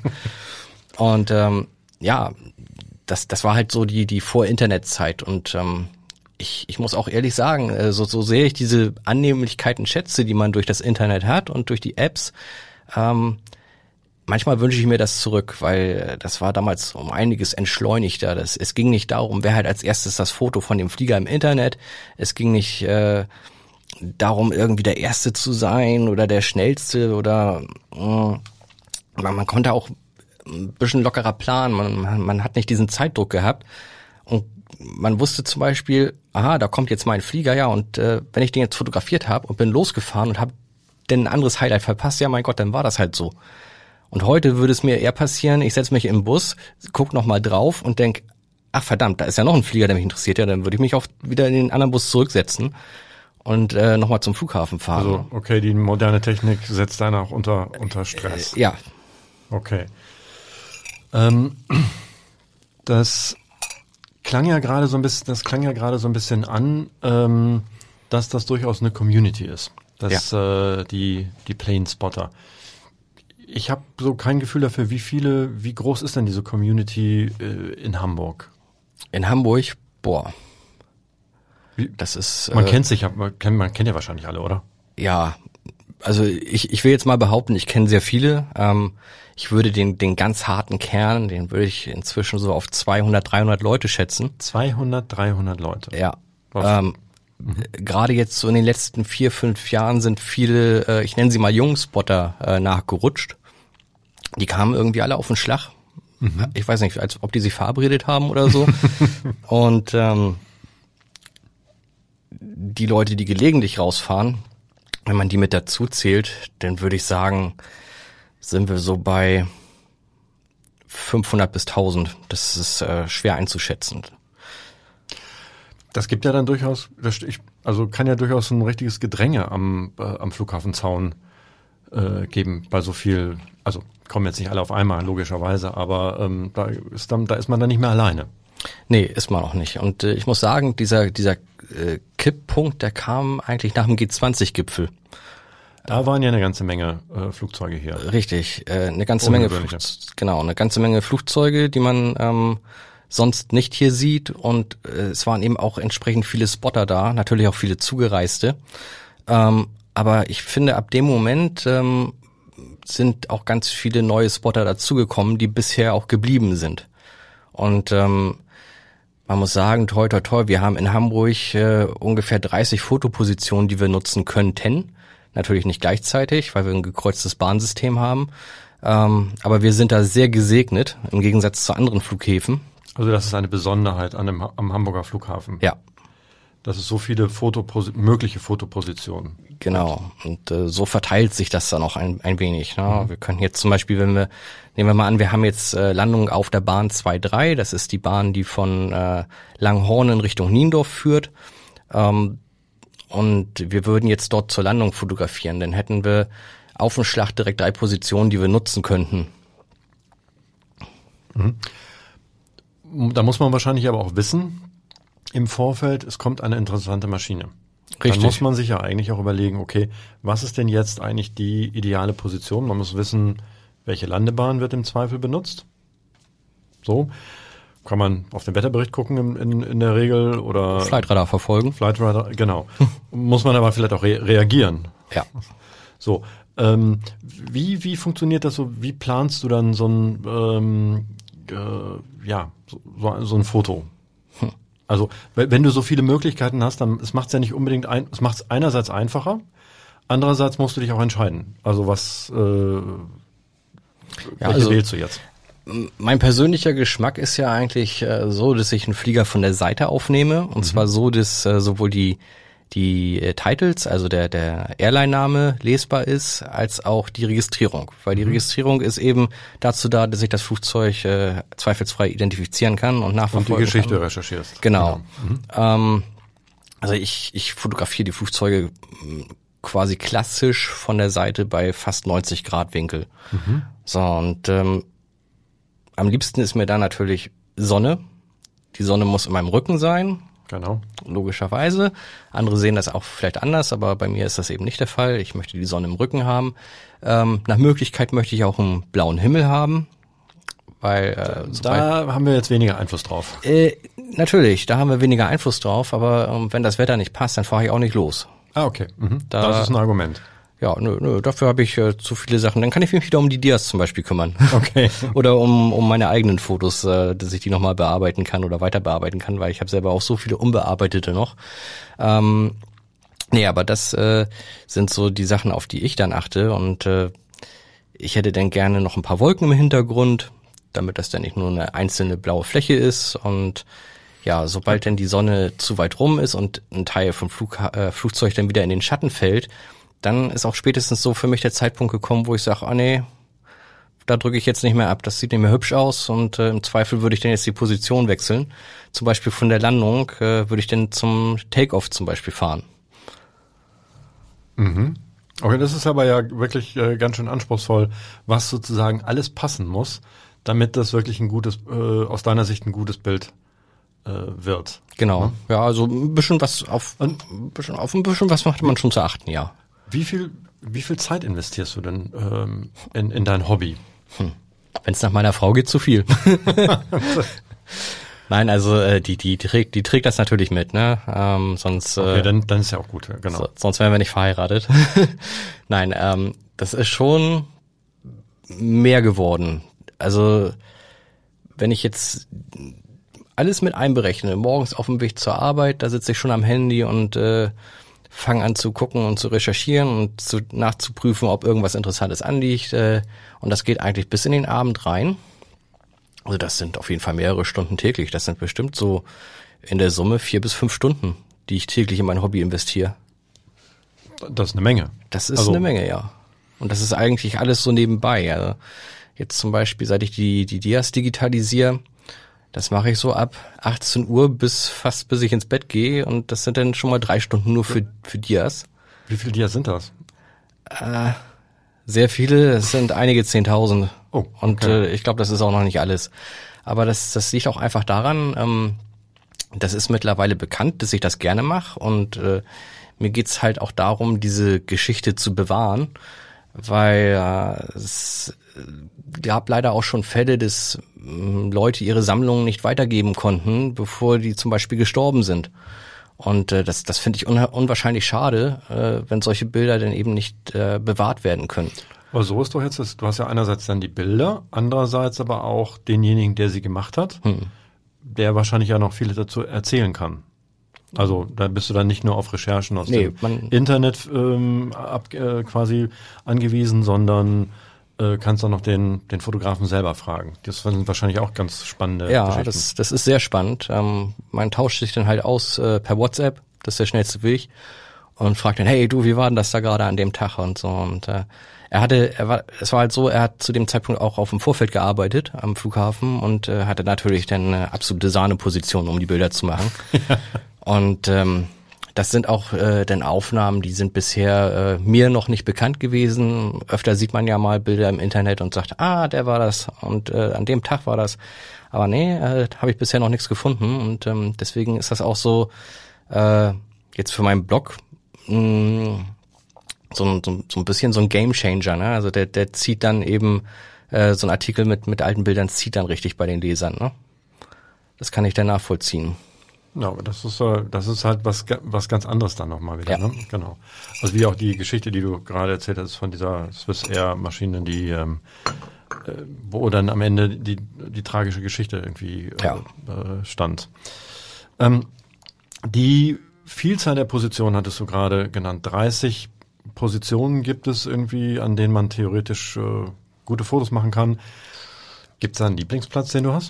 Und ähm, ja, das das war halt so die die Vor-Internet-Zeit und ähm, ich ich muss auch ehrlich sagen, äh, so so sehr ich diese Annehmlichkeiten schätze, die man durch das Internet hat und durch die Apps, ähm, manchmal wünsche ich mir das zurück, weil das war damals um einiges entschleunigter. Das, es ging nicht darum, wer halt als erstes das Foto von dem Flieger im Internet. Es ging nicht äh, darum, irgendwie der Erste zu sein oder der Schnellste oder mh, man, man konnte auch ein bisschen lockerer planen. Man, man, man hat nicht diesen Zeitdruck gehabt und man wusste zum Beispiel, aha, da kommt jetzt mein Flieger, ja, und äh, wenn ich den jetzt fotografiert habe und bin losgefahren und habe denn ein anderes Highlight verpasst, ja mein Gott, dann war das halt so. Und heute würde es mir eher passieren, ich setze mich im Bus, guck nochmal drauf und denk, ach verdammt, da ist ja noch ein Flieger, der mich interessiert, ja, dann würde ich mich auch wieder in den anderen Bus zurücksetzen und äh, nochmal zum Flughafen fahren. Also okay, die moderne Technik setzt dann auch unter, unter Stress. Äh, ja. Okay. Ähm, das klang ja gerade so ein bisschen, das klang ja gerade so ein bisschen an, ähm, dass das durchaus eine Community ist. Das ja. äh, die die Planespotter. Ich habe so kein Gefühl dafür, wie viele, wie groß ist denn diese Community äh, in Hamburg? In Hamburg, boah. Wie, das ist. Man äh, kennt sich, man kennt, man kennt ja wahrscheinlich alle, oder? Ja, also ich ich will jetzt mal behaupten, ich kenne sehr viele. Ähm, ich würde den den ganz harten Kern, den würde ich inzwischen so auf zweihundert, dreihundert Leute schätzen. zweihundert, dreihundert Leute. Ja. Ähm, mhm. Gerade jetzt so in den letzten vier, fünf Jahren sind viele, äh, ich nenne sie mal Jungspotter, äh, nachgerutscht. Die kamen irgendwie alle auf den Schlag. Mhm. Ich weiß nicht, als ob die sich verabredet haben oder so. Und ähm, die Leute, die gelegentlich rausfahren, wenn man die mit dazu zählt, dann würde ich sagen, sind wir so bei fünfhundert bis tausend. Das ist äh, schwer einzuschätzen. Das gibt ja dann durchaus, das, ich, also kann ja durchaus ein richtiges Gedränge am, äh, am Flughafenzaun äh, geben bei so viel, also kommen jetzt nicht alle auf einmal, logischerweise, aber ähm, da ist dann, da ist man dann nicht mehr alleine. Nee, ist man auch nicht. Und äh, ich muss sagen, dieser dieser äh, Kipppunkt, der kam eigentlich nach dem G zwanzig Gipfel. Da waren ja eine ganze Menge äh, Flugzeuge hier. Richtig, äh, eine ganze Menge, Fluch- genau, eine ganze Menge Flugzeuge, die man ähm, sonst nicht hier sieht. Und äh, es waren eben auch entsprechend viele Spotter da, natürlich auch viele Zugereiste. Ähm, aber ich finde, ab dem Moment ähm, sind auch ganz viele neue Spotter dazugekommen, die bisher auch geblieben sind. Und ähm, man muss sagen, toi toi toi, wir haben in Hamburg äh, ungefähr dreißig Fotopositionen, die wir nutzen könnten. Natürlich nicht gleichzeitig, weil wir ein gekreuztes Bahnsystem haben. Ähm, aber wir sind da sehr gesegnet, im Gegensatz zu anderen Flughäfen. Also das ist eine Besonderheit an dem, am Hamburger Flughafen. Ja. Dass es so viele Fotopos- mögliche Fotopositionen. Genau. Und äh, so verteilt sich das dann auch ein, ein wenig. Ne? Mhm. Wir können jetzt zum Beispiel, wenn wir, nehmen wir mal an, wir haben jetzt äh, Landungen auf der Bahn zwei drei. Das ist die Bahn, die von äh, Langhorn in Richtung Niendorf führt. Ähm, und wir würden jetzt dort zur Landung fotografieren. Dann hätten wir auf dem Schlag direkt drei Positionen, die wir nutzen könnten. Mhm. Da muss man wahrscheinlich aber auch wissen, im Vorfeld, es kommt eine interessante Maschine. Richtig. Dann muss man sich ja eigentlich auch überlegen, okay, was ist denn jetzt eigentlich die ideale Position? Man muss wissen, welche Landebahn wird im Zweifel benutzt. So, kann man auf den Wetterbericht gucken in, in, in der Regel oder Flightradar verfolgen. Flightradar, genau. Muss man aber vielleicht auch re- reagieren. Ja. So, ähm, wie wie funktioniert das so? Wie planst du dann so ein ähm, äh, ja so, so, so ein Foto? Hm. Also wenn du so viele Möglichkeiten hast, dann es macht es ja nicht unbedingt ein, es macht es einerseits einfacher, andererseits musst du dich auch entscheiden. Also was äh, ja, welche also, wählst du jetzt? Mein persönlicher Geschmack ist ja eigentlich äh, so, dass ich einen Flieger von der Seite aufnehme und mhm. zwar so, dass äh, sowohl die die äh, Titles, also der der Airline-Name lesbar ist, als auch die Registrierung, weil die mhm. Registrierung ist eben dazu da, dass ich das Flugzeug äh, zweifelsfrei identifizieren kann und nachverfolgen kann. Und die Geschichte kann. recherchierst. Genau. genau. Mhm. Ähm, also ich ich fotografiere die Flugzeuge quasi klassisch von der Seite bei fast neunzig Grad Winkel. Mhm. So und ähm, am liebsten ist mir da natürlich Sonne. Die Sonne muss in meinem Rücken sein. Genau. Logischerweise. Andere sehen das auch vielleicht anders, aber bei mir ist das eben nicht der Fall. Ich möchte die Sonne im Rücken haben. Ähm, nach Möglichkeit möchte ich auch einen blauen Himmel haben. Weil äh, da haben wir jetzt weniger Einfluss drauf. Äh, natürlich, da haben wir weniger Einfluss drauf, aber ähm, wenn das Wetter nicht passt, dann fahre ich auch nicht los. Ah, okay. Mhm. Da, das ist ein Argument. Ja, nö, nö, dafür habe ich äh, zu viele Sachen. Dann kann ich mich wieder um die Dias zum Beispiel kümmern. Okay. Oder um um meine eigenen Fotos, äh, dass ich die nochmal bearbeiten kann oder weiter bearbeiten kann, weil ich habe selber auch so viele unbearbeitete noch. Ähm, nee, aber das äh, sind so die Sachen, auf die ich dann achte. Und äh, ich hätte dann gerne noch ein paar Wolken im Hintergrund, damit das dann nicht nur eine einzelne blaue Fläche ist. Und ja, sobald dann die Sonne zu weit rum ist und ein Teil vom Flug, äh, Flugzeug dann wieder in den Schatten fällt, dann ist auch spätestens so für mich der Zeitpunkt gekommen, wo ich sage, ah nee, da drücke ich jetzt nicht mehr ab, das sieht nicht mehr hübsch aus und äh, im Zweifel würde ich dann jetzt die Position wechseln. Zum Beispiel von der Landung äh, würde ich dann zum Take-Off zum Beispiel fahren. Mhm. Okay, das ist aber ja wirklich äh, ganz schön anspruchsvoll, was sozusagen alles passen muss, damit das wirklich ein gutes, äh, aus deiner Sicht ein gutes Bild äh, wird. Genau, Mhm. ja, also ein bisschen was auf, Und ein bisschen, auf ein bisschen was macht man schon zu achten, ja. Wie viel, wie viel Zeit investierst du denn ähm, in, in dein Hobby? Hm. Wenn es nach meiner Frau geht, zu viel. Nein, also äh, die die trägt die trägt das natürlich mit, ne? Ähm, sonst Okay, äh, dann, dann ist ja auch gut, ja, genau. so, sonst wären wir nicht verheiratet. Nein, ähm, das ist schon mehr geworden. Also wenn ich jetzt alles mit einberechne, morgens auf dem Weg zur Arbeit, da sitze ich schon am Handy und äh, fange an zu gucken und zu recherchieren und zu, nachzuprüfen, ob irgendwas Interessantes anliegt. Äh, und das geht eigentlich bis in den Abend rein. Also das sind auf jeden Fall mehrere Stunden täglich. Das sind bestimmt so in der Summe vier bis fünf Stunden, die ich täglich in mein Hobby investiere. Das ist eine Menge. Das ist Also- eine Menge, ja. Und das ist eigentlich alles so nebenbei. Also jetzt zum Beispiel, seit ich die, die Dias digitalisiere, das mache ich so ab achtzehn Uhr bis fast bis ich ins Bett gehe und das sind dann schon mal drei Stunden nur für, für Dias. Wie viele Dias sind das? Sehr viele, es sind einige Zehntausend. Oh, Und okay. äh, ich glaube, das ist auch noch nicht alles. Aber das, das liegt auch einfach daran, ähm, das ist mittlerweile bekannt, dass ich das gerne mache und äh, mir geht's halt auch darum, diese Geschichte zu bewahren, weil äh, es gab leider auch schon Fälle, dass mh, Leute ihre Sammlungen nicht weitergeben konnten, bevor die zum Beispiel gestorben sind. Und äh, das, das finde ich un- unwahrscheinlich schade, äh, wenn solche Bilder dann eben nicht äh, bewahrt werden können. Aber so ist doch jetzt, das, du hast ja einerseits dann die Bilder, andererseits aber auch denjenigen, der sie gemacht hat, Hm. der wahrscheinlich ja noch viele dazu erzählen kann. Also da bist du dann nicht nur auf Recherchen aus Nee, dem man- Internet ähm, ab, äh, quasi angewiesen, sondern äh, kannst auch noch den, den Fotografen selber fragen. Das sind wahrscheinlich auch ganz spannende Ja, Geschichten. das, das ist sehr spannend. Ähm, man tauscht sich dann halt aus äh, per WhatsApp, das ist der schnellste Weg, und fragt dann, hey du, wie war denn das da gerade an dem Tag und so. Und äh, er hatte, er war, es war halt so, er hat zu dem Zeitpunkt auch auf dem Vorfeld gearbeitet am Flughafen und äh, hatte natürlich dann eine absolute Sahneposition, um die Bilder zu machen. Und ähm, das sind auch äh, dann Aufnahmen, die sind bisher äh, mir noch nicht bekannt gewesen. Öfter sieht man ja mal Bilder im Internet und sagt, ah, der war das und äh, an dem Tag war das. Aber nee, äh, habe ich bisher noch nichts gefunden und ähm, deswegen ist das auch so äh, jetzt für meinen Blog mh, so, ein- so, so ein bisschen so ein Gamechanger. Ne? Also der, der zieht dann eben äh, so ein Artikel mit mit alten Bildern zieht dann richtig bei den Lesern. Ne? Das kann ich dann nachvollziehen. Ja, aber das ist, äh, das ist halt was, ga- was ganz anderes dann nochmal wieder, Ja. ne? Genau. Also wie auch die Geschichte, die du gerade erzählt hast von dieser Swiss Air Maschine, die, ähm, äh, wo dann am Ende die, die tragische Geschichte irgendwie äh, Ja. äh, stand. Ähm, die Vielzahl der Positionen hattest du gerade genannt. dreißig Positionen gibt es irgendwie, an denen man theoretisch äh, gute Fotos machen kann. Gibt es da einen Lieblingsplatz, den du hast?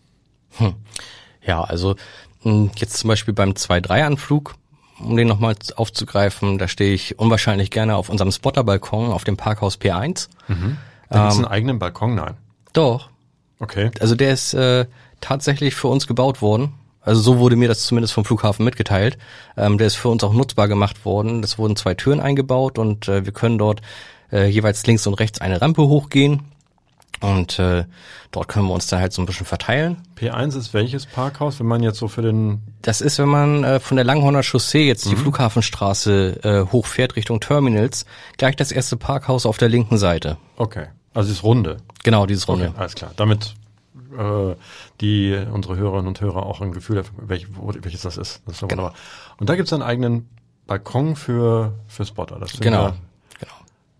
Ja, also mh, jetzt zum Beispiel beim zwei drei Anflug, um den nochmal aufzugreifen, da stehe ich unwahrscheinlich gerne auf unserem Spotterbalkon auf dem Parkhaus P eins. Da gibt Ähm. es einen eigenen Balkon? Nein. Doch, Okay. also der ist äh, tatsächlich für uns gebaut worden. Also so wurde mir das zumindest vom Flughafen mitgeteilt. Ähm, der ist für uns auch nutzbar gemacht worden. Es wurden zwei Türen eingebaut und äh, wir können dort äh, jeweils links und rechts eine Rampe hochgehen. Und äh, dort können wir uns dann halt so ein bisschen verteilen. P eins ist welches Parkhaus, wenn man jetzt so für den... Das ist, wenn man äh, von der Langhorner Chaussee jetzt die Flughafenstraße äh, hochfährt Richtung Terminals, gleich das erste Parkhaus auf der linken Seite. Okay, also das Runde. Genau, dieses Runde. Okay, alles klar. Damit äh, die unsere Hörerinnen und Hörer auch ein Gefühl dafür, welch, wo, welches das ist. Das ist ja Genau. wunderbar. Und da gibt es einen eigenen Balkon für, für Spotter. Das finde Genau. ich Genau.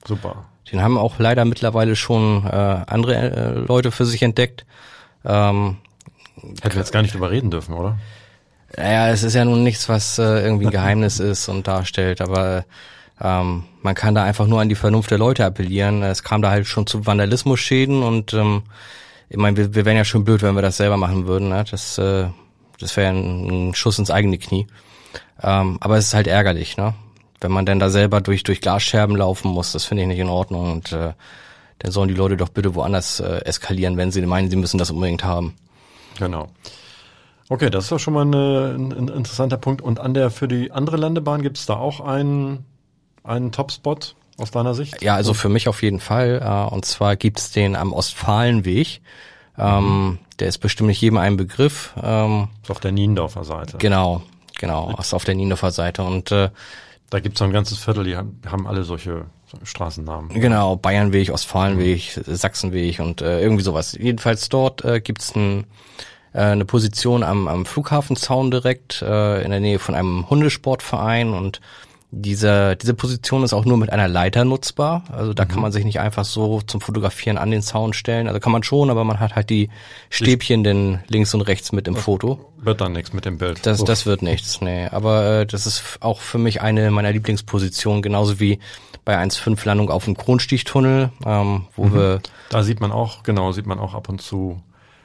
Super. Den haben auch leider mittlerweile schon äh, andere äh, Leute für sich entdeckt. Ähm, Hätten wir jetzt gar nicht drüber reden dürfen, oder? Naja, es ist ja nun nichts, was äh, irgendwie ein Geheimnis ist und darstellt, aber ähm, man kann da einfach nur an die Vernunft der Leute appellieren. Es kam da halt schon zu Vandalismusschäden und ähm, ich meine, wir, wir wären ja schon blöd, wenn wir das selber machen würden. Ne? Das, äh, das wäre ein, ein Schuss ins eigene Knie. Ähm, aber es ist halt ärgerlich, ne? Wenn man denn da selber durch durch Glasscherben laufen muss, das finde ich nicht in Ordnung. Und äh, dann sollen die Leute doch bitte woanders äh, eskalieren, wenn sie meinen, sie müssen das unbedingt haben. Genau. Okay, das ist doch schon mal eine, ein, ein interessanter Punkt. Und an der für die andere Landebahn gibt es da auch einen, einen Top-Spot aus deiner Sicht? Ja, also für mich auf jeden Fall. Äh, und zwar gibt's den am Ostfalenweg. Ähm, mhm. Der ist bestimmt nicht jedem ein Begriff. Ähm, ist auf der Niendorfer Seite. Genau, genau, ist auf der Niendorfer Seite. Und äh, da gibt's so ein ganzes Viertel, die haben, haben alle solche Straßennamen. Genau, Bayernweg, Ostfalenweg, mhm. Sachsenweg und äh, irgendwie sowas. Jedenfalls dort äh, gibt's ein, äh, eine Position am, am Flughafenzaun direkt äh, in der Nähe von einem Hundesportverein und Diese, diese Position ist auch nur mit einer Leiter nutzbar. Also da mhm. kann man sich nicht einfach so zum Fotografieren an den Zaun stellen. Also kann man schon, aber man hat halt die Stäbchen denn links und rechts mit im das Foto. Wird dann nichts mit dem Bild. Das, das wird nichts, nee. Aber äh, das ist auch für mich eine meiner Lieblingspositionen, genauso wie bei eins Komma fünf Landung auf dem Kronstichtunnel, ähm, wo mhm. wir... Da sieht man auch, genau, sieht man auch ab und zu...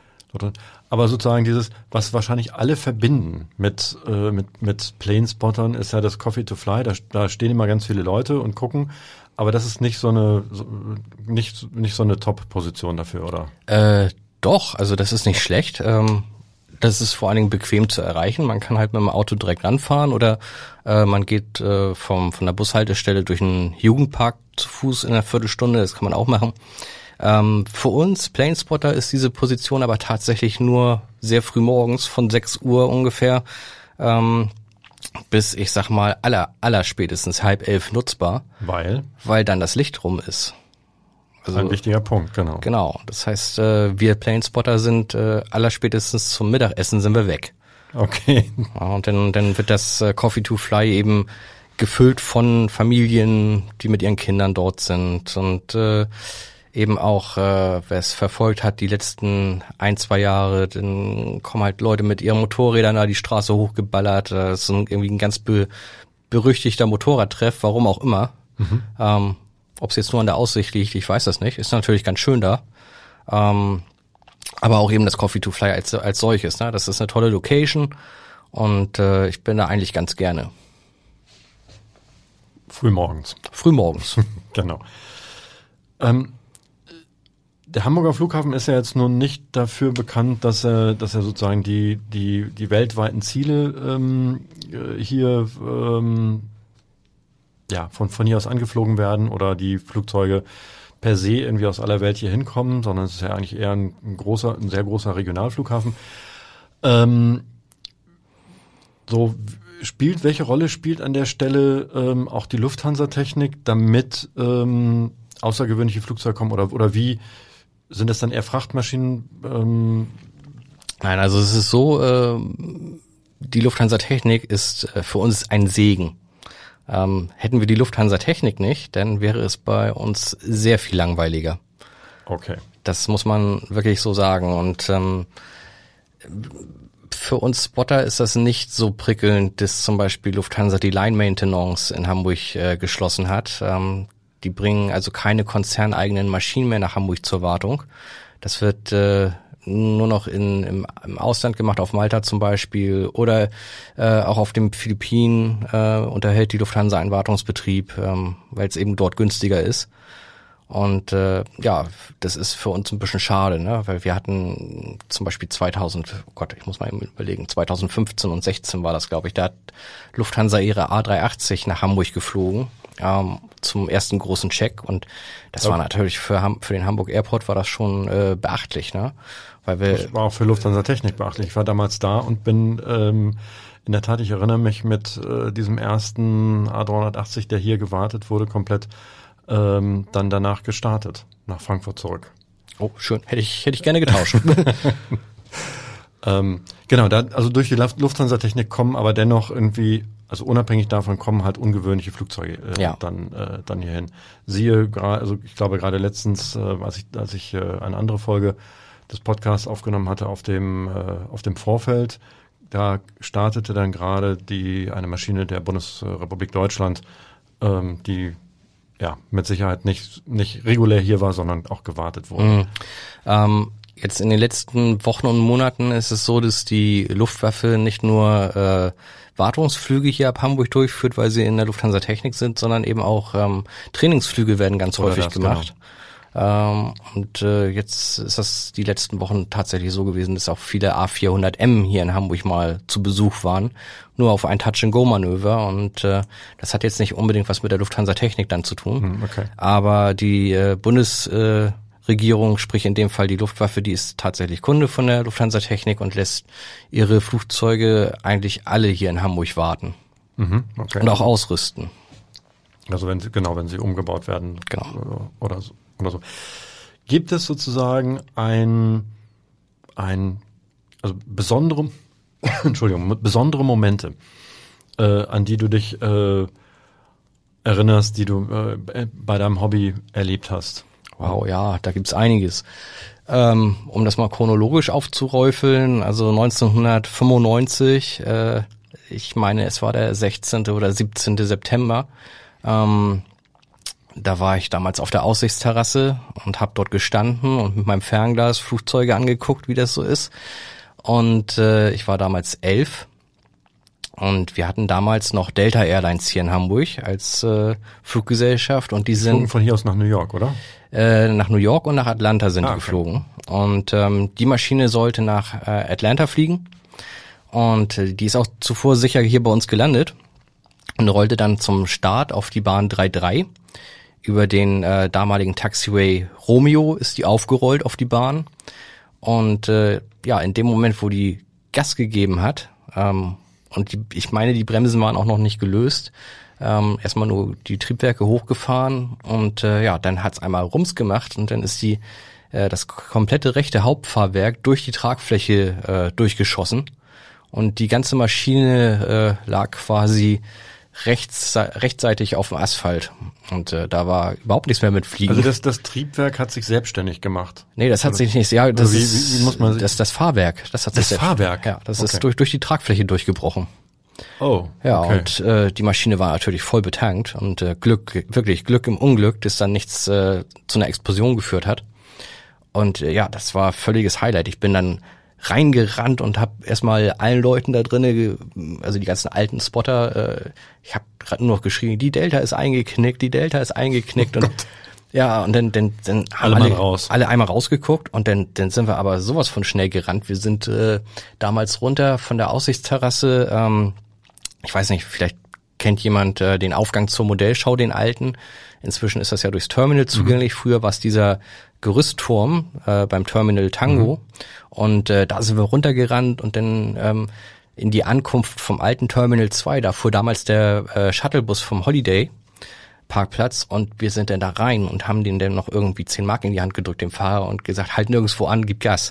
Aber sozusagen dieses, was wahrscheinlich alle verbinden mit äh, mit mit Planespottern, ist ja das Coffee to Fly. Da, da stehen immer ganz viele Leute und gucken. Aber das ist nicht so eine so, nicht nicht so eine Top-Position dafür, oder? Äh, doch, also das ist nicht schlecht. Ähm, das ist vor allen Dingen bequem zu erreichen. Man kann halt mit dem Auto direkt ranfahren oder äh, man geht äh, vom von der Bushaltestelle durch einen Jugendpark zu Fuß in einer Viertelstunde. Das kann man auch machen. Ähm, für uns Planespotter ist diese Position aber tatsächlich nur sehr früh morgens von sechs Uhr ungefähr ähm, bis, ich sag mal, aller aller spätestens halb elf nutzbar. Weil? Weil dann das Licht rum ist. Also, ein wichtiger Punkt, genau. Genau, das heißt, äh, wir Planespotter sind äh, aller spätestens zum Mittagessen sind wir weg. Okay. Ja, und dann, dann wird das äh, Coffee to Fly eben gefüllt von Familien, die mit ihren Kindern dort sind und äh, eben auch, äh, wer es verfolgt hat, die letzten ein, zwei Jahre, dann kommen halt Leute mit ihren Motorrädern da die Straße hochgeballert. Das ist irgendwie ein ganz be- berüchtigter Motorradtreff, warum auch immer. Mhm. Ähm, ob es jetzt nur an der Aussicht liegt, ich weiß das nicht. Ist natürlich ganz schön da. Ähm, aber auch eben das Coffee to Fly als, als solches. Ne? Das ist eine tolle Location und äh, ich bin da eigentlich ganz gerne. Frühmorgens. Frühmorgens. Genau. Ähm, Der Hamburger Flughafen ist ja jetzt nun nicht dafür bekannt, dass er, dass er sozusagen die die die weltweiten Ziele ähm, hier ähm, ja von von hier aus angeflogen werden oder die Flugzeuge per se irgendwie aus aller Welt hier hinkommen, sondern es ist ja eigentlich eher ein, ein großer, ein sehr großer Regionalflughafen. Ähm, so spielt welche Rolle spielt an der Stelle ähm, auch die Lufthansa-Technik, damit ähm, außergewöhnliche Flugzeuge kommen oder oder wie sind das dann eher Frachtmaschinen? Ähm Nein, also es ist so, äh, die Lufthansa-Technik ist äh, für uns ein Segen. Ähm, hätten wir die Lufthansa-Technik nicht, dann wäre es bei uns sehr viel langweiliger. Okay. Das muss man wirklich so sagen. Und ähm, für uns Spotter ist das nicht so prickelnd, dass zum Beispiel Lufthansa die Line Maintenance in Hamburg äh, geschlossen hat. Ähm, Die bringen also keine konzerneigenen Maschinen mehr nach Hamburg zur Wartung. Das wird äh, nur noch in, im, im Ausland gemacht, auf Malta zum Beispiel oder äh, auch auf den Philippinen äh, unterhält die Lufthansa einen Wartungsbetrieb, ähm, weil es eben dort günstiger ist. Und äh, ja, das ist für uns ein bisschen schade, ne? Weil wir hatten zum Beispiel zweitausend, oh Gott, ich muss mal eben überlegen, zweitausendfünfzehn und sechzehn war das, glaube ich, da hat Lufthansa ihre A dreihundertachtzig nach Hamburg geflogen. Ähm, zum ersten großen Check und das okay. war natürlich für Ham- für den Hamburg Airport war das schon äh, beachtlich, ne? Weil wir das war auch für Lufthansa Technik beachtlich. Ich war damals da und bin ähm, in der Tat, ich erinnere mich mit äh, diesem ersten A dreihundertachtzig, der hier gewartet wurde, komplett ähm, dann danach gestartet nach Frankfurt zurück. Oh, schön. Hätte ich hätte ich gerne getauscht. ähm, genau, da also durch die Lufthansa Technik kommen aber dennoch irgendwie also unabhängig davon kommen halt ungewöhnliche Flugzeuge äh, ja. dann äh, dann hierhin. Siehe gerade, also ich glaube gerade letztens, äh, als ich als ich äh, eine andere Folge des Podcasts aufgenommen hatte auf dem äh, auf dem Vorfeld, da startete dann gerade die eine Maschine der Bundesrepublik Deutschland, ähm, die ja mit Sicherheit nicht nicht regulär hier war, sondern auch gewartet wurde. Mhm. Ähm, jetzt in den letzten Wochen und Monaten ist es so, dass die Luftwaffe nicht nur äh, Wartungsflüge hier ab Hamburg durchführt, weil sie in der Lufthansa Technik sind, sondern eben auch ähm, Trainingsflüge werden ganz Oder häufig das, gemacht. Genau. Ähm, und äh, jetzt ist das die letzten Wochen tatsächlich so gewesen, dass auch viele A vierhundert M hier in Hamburg mal zu Besuch waren, nur auf ein Touch-and-Go-Manöver. Und äh, das hat jetzt nicht unbedingt was mit der Lufthansa Technik dann zu tun. Hm, okay. Aber die äh, Bundes äh, Regierung, sprich in dem Fall die Luftwaffe, die ist tatsächlich Kunde von der Lufthansa Technik und lässt ihre Flugzeuge eigentlich alle hier in Hamburg warten. Mhm, okay. Und auch ausrüsten. Also wenn sie, genau, wenn sie umgebaut werden. Genau. Oder so, oder so. Gibt es sozusagen ein, ein, also besondere, Entschuldigung, besondere Momente, äh, an die du dich äh, erinnerst, die du äh, bei deinem Hobby erlebt hast? Wow, ja, da gibt's einiges. Ähm, um das mal chronologisch aufzuräufeln, also neunzehnhundertfünfundneunzig, äh, ich meine, es war der sechzehnte oder siebzehnte September, ähm, da war ich damals auf der Aussichtsterrasse und habe dort gestanden und mit meinem Fernglas Flugzeuge angeguckt, wie das so ist. Und äh, ich war damals elf. Und wir hatten damals noch Delta Airlines hier in Hamburg als äh, Fluggesellschaft und die sind von hier aus nach New York, oder? Äh, nach New York und nach Atlanta sind ah, die okay. geflogen. Und ähm, die Maschine sollte nach äh, Atlanta fliegen und äh, die ist auch zuvor sicher hier bei uns gelandet und rollte dann zum Start auf die Bahn drei drei. Über den äh, damaligen Taxiway Romeo ist die aufgerollt auf die Bahn. Und äh, ja, in dem Moment, wo die Gas gegeben hat, ähm, und die, ich meine, die Bremsen waren auch noch nicht gelöst. Ähm, erstmal nur die Triebwerke hochgefahren und äh, ja, dann hat's einmal Rums gemacht und dann ist die äh, das komplette rechte Hauptfahrwerk durch die Tragfläche äh, durchgeschossen und die ganze Maschine äh, lag quasi rechts rechtsseitig auf dem Asphalt und äh, da war überhaupt nichts mehr mit Fliegen. Also das das Triebwerk hat sich selbstständig gemacht. Nee, das hat Oder? sich nicht. Ja, das wie, ist wie, wie muss man sich das das Fahrwerk. Das hat sich das selbst, Fahrwerk. Ja, das okay. ist durch durch die Tragfläche durchgebrochen. Oh, ja, okay. und äh, die Maschine war natürlich voll betankt und äh, Glück, wirklich Glück im Unglück, dass dann nichts äh, zu einer Explosion geführt hat. Und äh, ja, das war völliges Highlight. Ich bin dann reingerannt und habe erstmal allen Leuten da drinnen, also die ganzen alten Spotter, äh, ich habe gerade nur noch geschrien, die Delta ist eingeknickt, die Delta ist eingeknickt oh und Gott. ja, und dann, dann, dann haben alle, alle, raus. alle einmal rausgeguckt und dann, dann sind wir aber sowas von schnell gerannt. Wir sind äh, damals runter von der Aussichtsterrasse, ähm, ich weiß nicht, vielleicht kennt jemand äh, den Aufgang zur Modellschau, den alten. Inzwischen ist das ja durchs Terminal zugänglich. Mhm. Früher war es dieser Gerüstturm äh, beim Terminal Tango. Mhm. Und äh, da sind wir runtergerannt und dann ähm, in die Ankunft vom alten Terminal zwei. Da fuhr damals der äh, Shuttlebus vom Holiday Parkplatz und wir sind dann da rein und haben den dann noch irgendwie zehn Mark in die Hand gedrückt, dem Fahrer, und gesagt, halt nirgendwo an, gib Gas.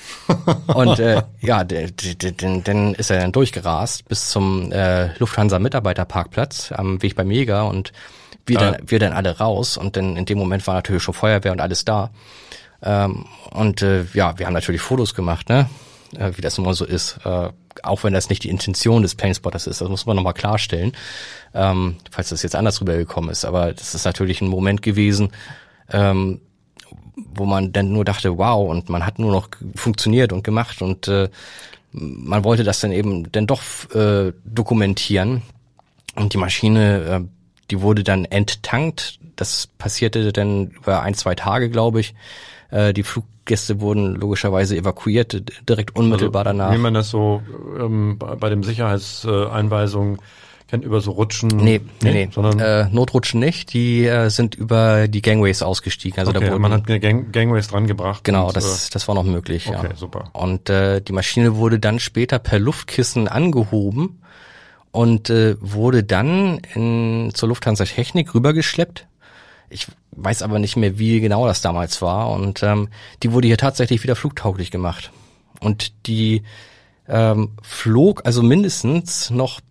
Und äh, ja, dann ist er dann durchgerast bis zum äh, Lufthansa-Mitarbeiterparkplatz am Weg beim Jäger und wir ja. dann wir dann alle raus und dann in dem Moment war natürlich schon Feuerwehr und alles da. Ähm, und äh, ja, wir haben natürlich Fotos gemacht, ne? Äh, wie das immer so ist. Äh, auch wenn das nicht die Intention des Planespotters ist, das muss man nochmal klarstellen, ähm, falls das jetzt anders rübergekommen ist. Aber das ist natürlich ein Moment gewesen, ähm, wo man dann nur dachte, wow, und man hat nur noch funktioniert und gemacht und äh, man wollte das dann eben dann doch äh, dokumentieren. Und die Maschine, äh, die wurde dann enttankt. Das passierte dann über ein, zwei Tage, glaube ich. Äh, die Fluggäste wurden logischerweise evakuiert, direkt unmittelbar also, danach. Wie man das so ähm, bei, bei dem Sicherheitseinweisungen kennt, über so Rutschen? Nee, nee, nee. Sondern äh, Notrutschen nicht, die äh, sind über die Gangways ausgestiegen. Also okay, da wurden, man hat eine Gang, Gangways dran gebracht. Genau, und, das das war noch möglich. Okay, ja. super. Und äh, die Maschine wurde dann später per Luftkissen angehoben und äh, wurde dann in, zur Lufthansa Technik rübergeschleppt. Ich weiß aber nicht mehr, wie genau das damals war. Und ähm, die wurde hier tatsächlich wieder flugtauglich gemacht. Und die ähm, flog also mindestens noch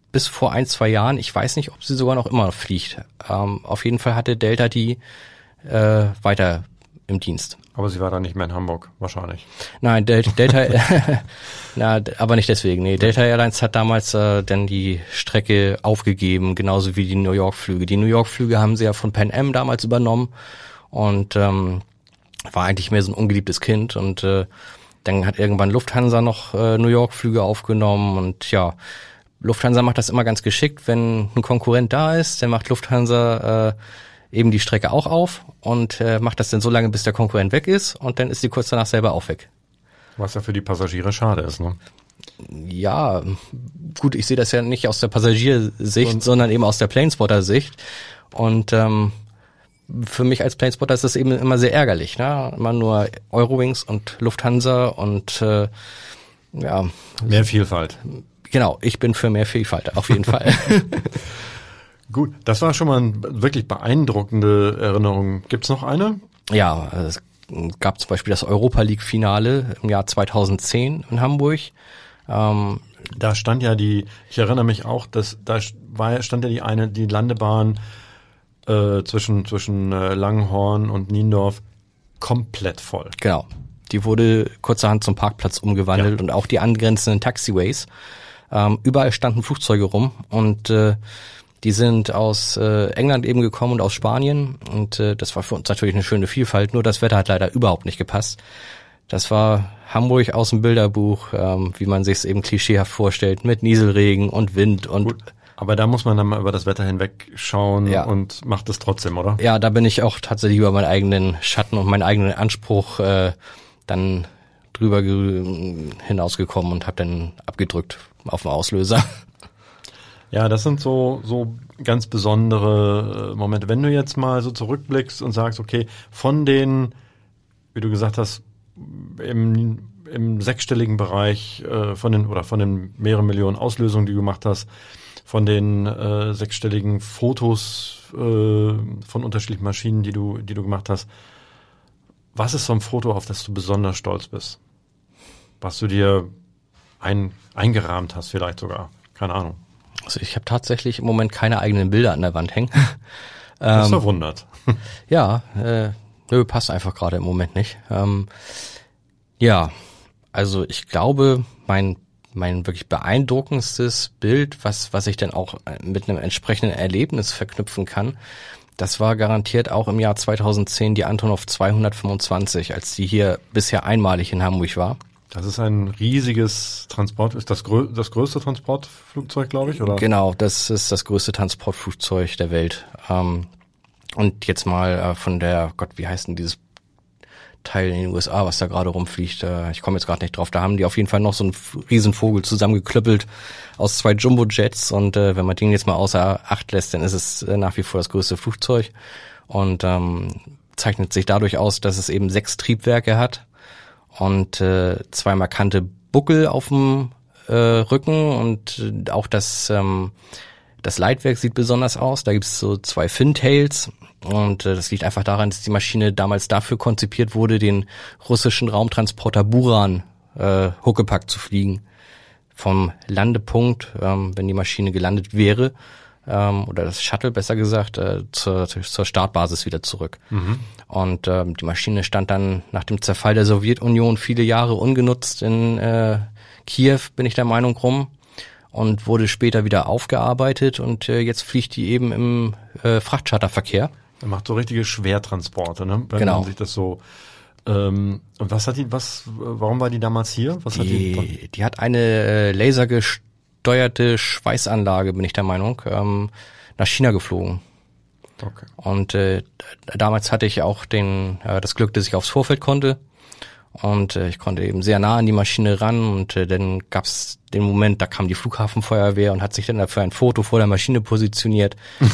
bis vor ein, zwei Jahren. Ich weiß nicht, ob sie sogar noch immer fliegt. Ähm, auf jeden Fall hatte Delta die äh, weiter im Dienst. Aber sie war dann nicht mehr in Hamburg, wahrscheinlich. Nein, Del- Delta, na, aber nicht deswegen. Nee, Delta Airlines hat damals äh, dann die Strecke aufgegeben, genauso wie die New York Flüge. Die New York Flüge haben sie ja von Pan Am damals übernommen und ähm, war eigentlich mehr so ein ungeliebtes Kind und äh, dann hat irgendwann Lufthansa noch äh, New York Flüge aufgenommen und ja, Lufthansa macht das immer ganz geschickt, wenn ein Konkurrent da ist, dann macht Lufthansa äh, eben die Strecke auch auf und äh, macht das dann so lange, bis der Konkurrent weg ist und dann ist die kurz danach selber auch weg. Was ja für die Passagiere schade ist, ne? Ja, gut, ich sehe das ja nicht aus der Passagiersicht, und sondern eben aus der Planespotter-Sicht und ähm, für mich als Planespotter ist das eben immer sehr ärgerlich, ne? Immer nur Eurowings und Lufthansa und äh, ja. Mehr Vielfalt. Genau, ich bin für mehr Vielfalt, auf jeden Fall. Gut, das war schon mal eine wirklich beeindruckende Erinnerung. Gibt's noch eine? Ja, es gab zum Beispiel das Europa League-Finale im Jahr zweitausendzehn in Hamburg. Ähm, da stand ja die, ich erinnere mich auch, dass da war, stand ja die eine, die Landebahn äh, zwischen zwischen äh, Langenhorn und Niendorf komplett voll. Genau, die wurde kurzerhand zum Parkplatz umgewandelt ja. Und auch die angrenzenden Taxiways. Ähm, überall standen Flugzeuge rum und äh, die sind aus äh, England eben gekommen und aus Spanien und äh, das war für uns natürlich eine schöne Vielfalt, nur das Wetter hat leider überhaupt nicht gepasst. Das war Hamburg aus dem Bilderbuch, ähm, wie man sich es eben klischeehaft vorstellt, mit Nieselregen und Wind und... Gut, aber da muss man dann mal über das Wetter hinweg schauen ja. Und macht es trotzdem, oder? Ja, da bin ich auch tatsächlich über meinen eigenen Schatten und meinen eigenen Anspruch äh, dann drüber ge- hinausgekommen und habe dann abgedrückt auf den Auslöser. Ja, das sind so so ganz besondere Momente. Wenn du jetzt mal so zurückblickst und sagst, okay, von den, wie du gesagt hast, im, im sechsstelligen Bereich äh, von den oder von den mehreren Millionen Auslösungen, die du gemacht hast, von den äh, sechsstelligen Fotos äh, von unterschiedlichen Maschinen, die du die du gemacht hast, was ist so ein Foto, auf das du besonders stolz bist? Was du dir ein, eingerahmt hast vielleicht sogar? Keine Ahnung. Also ich habe tatsächlich im Moment keine eigenen Bilder an der Wand hängen. Das ähm, verwundert. Ja, äh, nö, passt einfach gerade im Moment nicht. Ähm, ja, also ich glaube, mein mein wirklich beeindruckendstes Bild, was was ich dann auch mit einem entsprechenden Erlebnis verknüpfen kann, das war garantiert auch im Jahr zweitausendzehn die Antonov zweihundertfünfundzwanzig, als die hier bisher einmalig in Hamburg war. Das ist ein riesiges Transport, ist das, grö- das größte Transportflugzeug, glaube ich, oder? Genau, das ist das größte Transportflugzeug der Welt. Ähm, und jetzt mal äh, von der, Gott, wie heißt denn dieses Teil in den U S A, was da gerade rumfliegt? Äh, ich komme jetzt gerade nicht drauf. Da haben die auf jeden Fall noch so einen Riesenvogel zusammengeklöppelt aus zwei Jumbo-Jets. Und äh, wenn man den jetzt mal außer Acht lässt, dann ist es äh, nach wie vor das größte Flugzeug. Und ähm, zeichnet sich dadurch aus, dass es eben sechs Triebwerke hat. Und äh, zwei markante Buckel auf dem äh, Rücken und äh, auch das ähm, das Leitwerk sieht besonders aus. Da gibt's so zwei Fintails und äh, das liegt einfach daran, dass die Maschine damals dafür konzipiert wurde, den russischen Raumtransporter Buran äh, Huckepack zu fliegen. Vom Landepunkt, ähm, wenn die Maschine gelandet wäre, ähm, oder das Shuttle besser gesagt, äh, zur, zur Startbasis wieder zurück. Mhm. Und ähm, die Maschine stand dann nach dem Zerfall der Sowjetunion viele Jahre ungenutzt in äh, Kiew, bin ich der Meinung, rum und wurde später wieder aufgearbeitet und äh, jetzt fliegt die eben im äh, Frachtcharterverkehr. Er macht so richtige Schwertransporte, ne? Wenn genau. man sich das so ähm, und was hat die, was, warum war die damals hier? Was die, hat die, die hat eine äh, lasergesteuerte Schweißanlage, bin ich der Meinung, ähm, nach China geflogen. Okay. Und äh, damals hatte ich auch den äh, das Glück, dass ich aufs Vorfeld konnte und äh, ich konnte eben sehr nah an die Maschine ran und äh, dann gab's den Moment, da kam die Flughafenfeuerwehr und hat sich dann dafür ein Foto vor der Maschine positioniert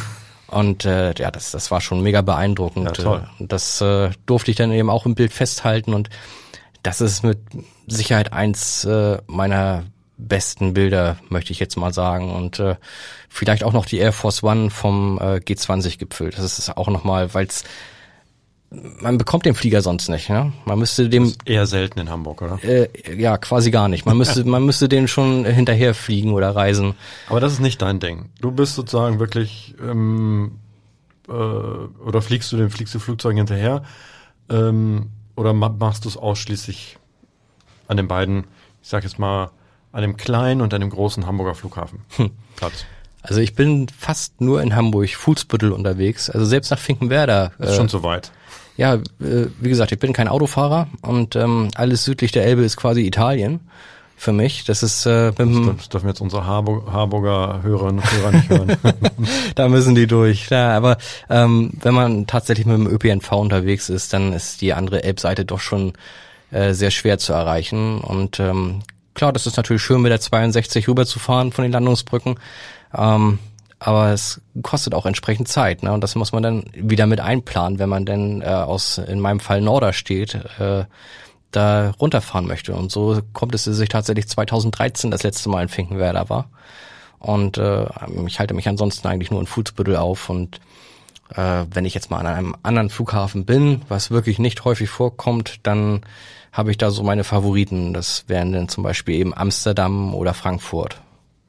und äh, ja, das das war schon mega beeindruckend. Ja, toll. Und das äh, durfte ich dann eben auch im Bild festhalten und das ist mit Sicherheit eins äh, meiner besten Bilder, möchte ich jetzt mal sagen. Und äh, vielleicht auch noch die Air Force One vom äh, G zwanzig Gipfel. Das ist auch nochmal, weil es man bekommt den Flieger sonst nicht, ne? Man müsste dem das ist eher selten in Hamburg, oder? Äh, ja, quasi gar nicht. Man müsste, man müsste den schon hinterher fliegen oder reisen. Aber das ist nicht dein Ding. Du bist sozusagen wirklich ähm, äh, oder fliegst du den fliegst du Flugzeugen hinterher ähm, oder machst du es ausschließlich an den beiden, ich sag jetzt mal, an dem kleinen und an dem großen Hamburger Flughafen? Hm. Platz. Also ich bin fast nur in Hamburg, Fuhlsbüttel unterwegs. Also selbst nach Finkenwerder. Ist äh, schon so weit. Ja, äh, wie gesagt, ich bin kein Autofahrer und ähm, alles südlich der Elbe ist quasi Italien für mich. Das ist äh, mit dem das dürfen jetzt unsere Harburg, Harburger Hörerinnen und Hörer nicht hören. Da müssen die durch. Ja, aber ähm, wenn man tatsächlich mit dem Ö P N V unterwegs ist, dann ist die andere Elbseite doch schon äh, sehr schwer zu erreichen. Und ähm, klar, das ist natürlich schön, mit der zweiundsechzig rüberzufahren von den Landungsbrücken. Ähm, aber es kostet auch entsprechend Zeit, ne? Und das muss man dann wieder mit einplanen, wenn man denn äh, aus, in meinem Fall Norderstedt, äh, da runterfahren möchte. Und so kommt es, dass ich tatsächlich zweitausenddreizehn das letzte Mal in Finkenwerder war. Und äh, ich halte mich ansonsten eigentlich nur in Fuhlsbüttel auf. Und äh, wenn ich jetzt mal an einem anderen Flughafen bin, was wirklich nicht häufig vorkommt, dann habe ich da so meine Favoriten. Das wären dann zum Beispiel eben Amsterdam oder Frankfurt.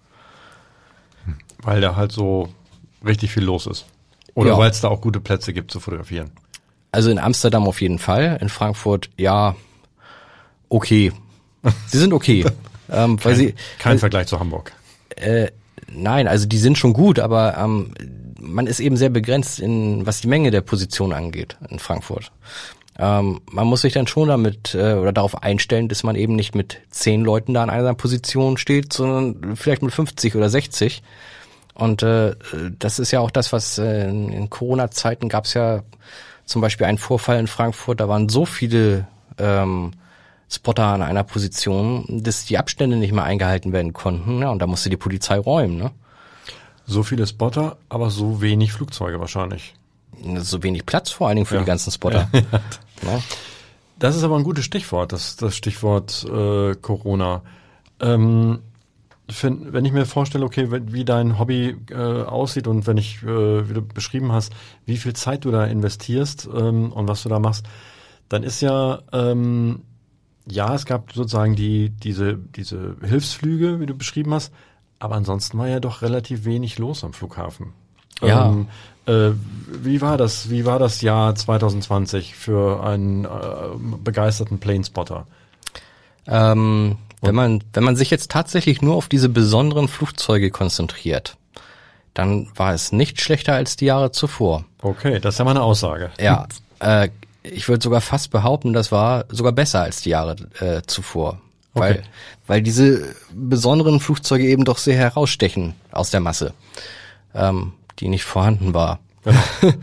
Weil da halt so richtig viel los ist. Oder Ja. weil es da auch gute Plätze gibt zu fotografieren. Also in Amsterdam auf jeden Fall. In Frankfurt, ja, okay. Sie sind okay. ähm, weil Kein, sie, kein weil, Vergleich zu Hamburg. Äh, nein, also die sind schon gut, aber ähm, man ist eben sehr begrenzt, in was die Menge der Positionen angeht in Frankfurt. Ähm, man muss sich dann schon damit äh, oder darauf einstellen, dass man eben nicht mit zehn Leuten da an einer Position steht, sondern vielleicht mit fünfzig oder sechzig. Und äh, das ist ja auch das, was äh, in, in Corona-Zeiten gab es ja zum Beispiel einen Vorfall in Frankfurt, da waren so viele ähm, Spotter an einer Position, dass die Abstände nicht mehr eingehalten werden konnten. Ja, und da musste die Polizei räumen, ne? So viele Spotter, aber so wenig Flugzeuge wahrscheinlich. So wenig Platz vor allen Dingen für Ja. die ganzen Spotter. Ja. Ne? Das ist aber ein gutes Stichwort, das, das Stichwort äh, Corona. Ähm, find, wenn ich mir vorstelle, okay, wie dein Hobby äh, aussieht und wenn ich, äh, wie du beschrieben hast, wie viel Zeit du da investierst ähm, und was du da machst, dann ist ja, ähm, ja, es gab sozusagen die diese diese Hilfsflüge, wie du beschrieben hast, aber ansonsten war ja doch relativ wenig los am Flughafen. Ja. Ähm, äh, wie war das? Wie war das Jahr zwanzig zwanzig für einen äh, begeisterten Planespotter? Ähm, wenn man wenn man sich jetzt tatsächlich nur auf diese besonderen Flugzeuge konzentriert, dann war es nicht schlechter als die Jahre zuvor. Okay, das ist ja mal eine Aussage. Ja, äh, ich würde sogar fast behaupten, das war sogar besser als die Jahre äh, zuvor. Weil, Okay. weil diese besonderen Flugzeuge eben doch sehr herausstechen aus der Masse, ähm, die nicht vorhanden war. Genau.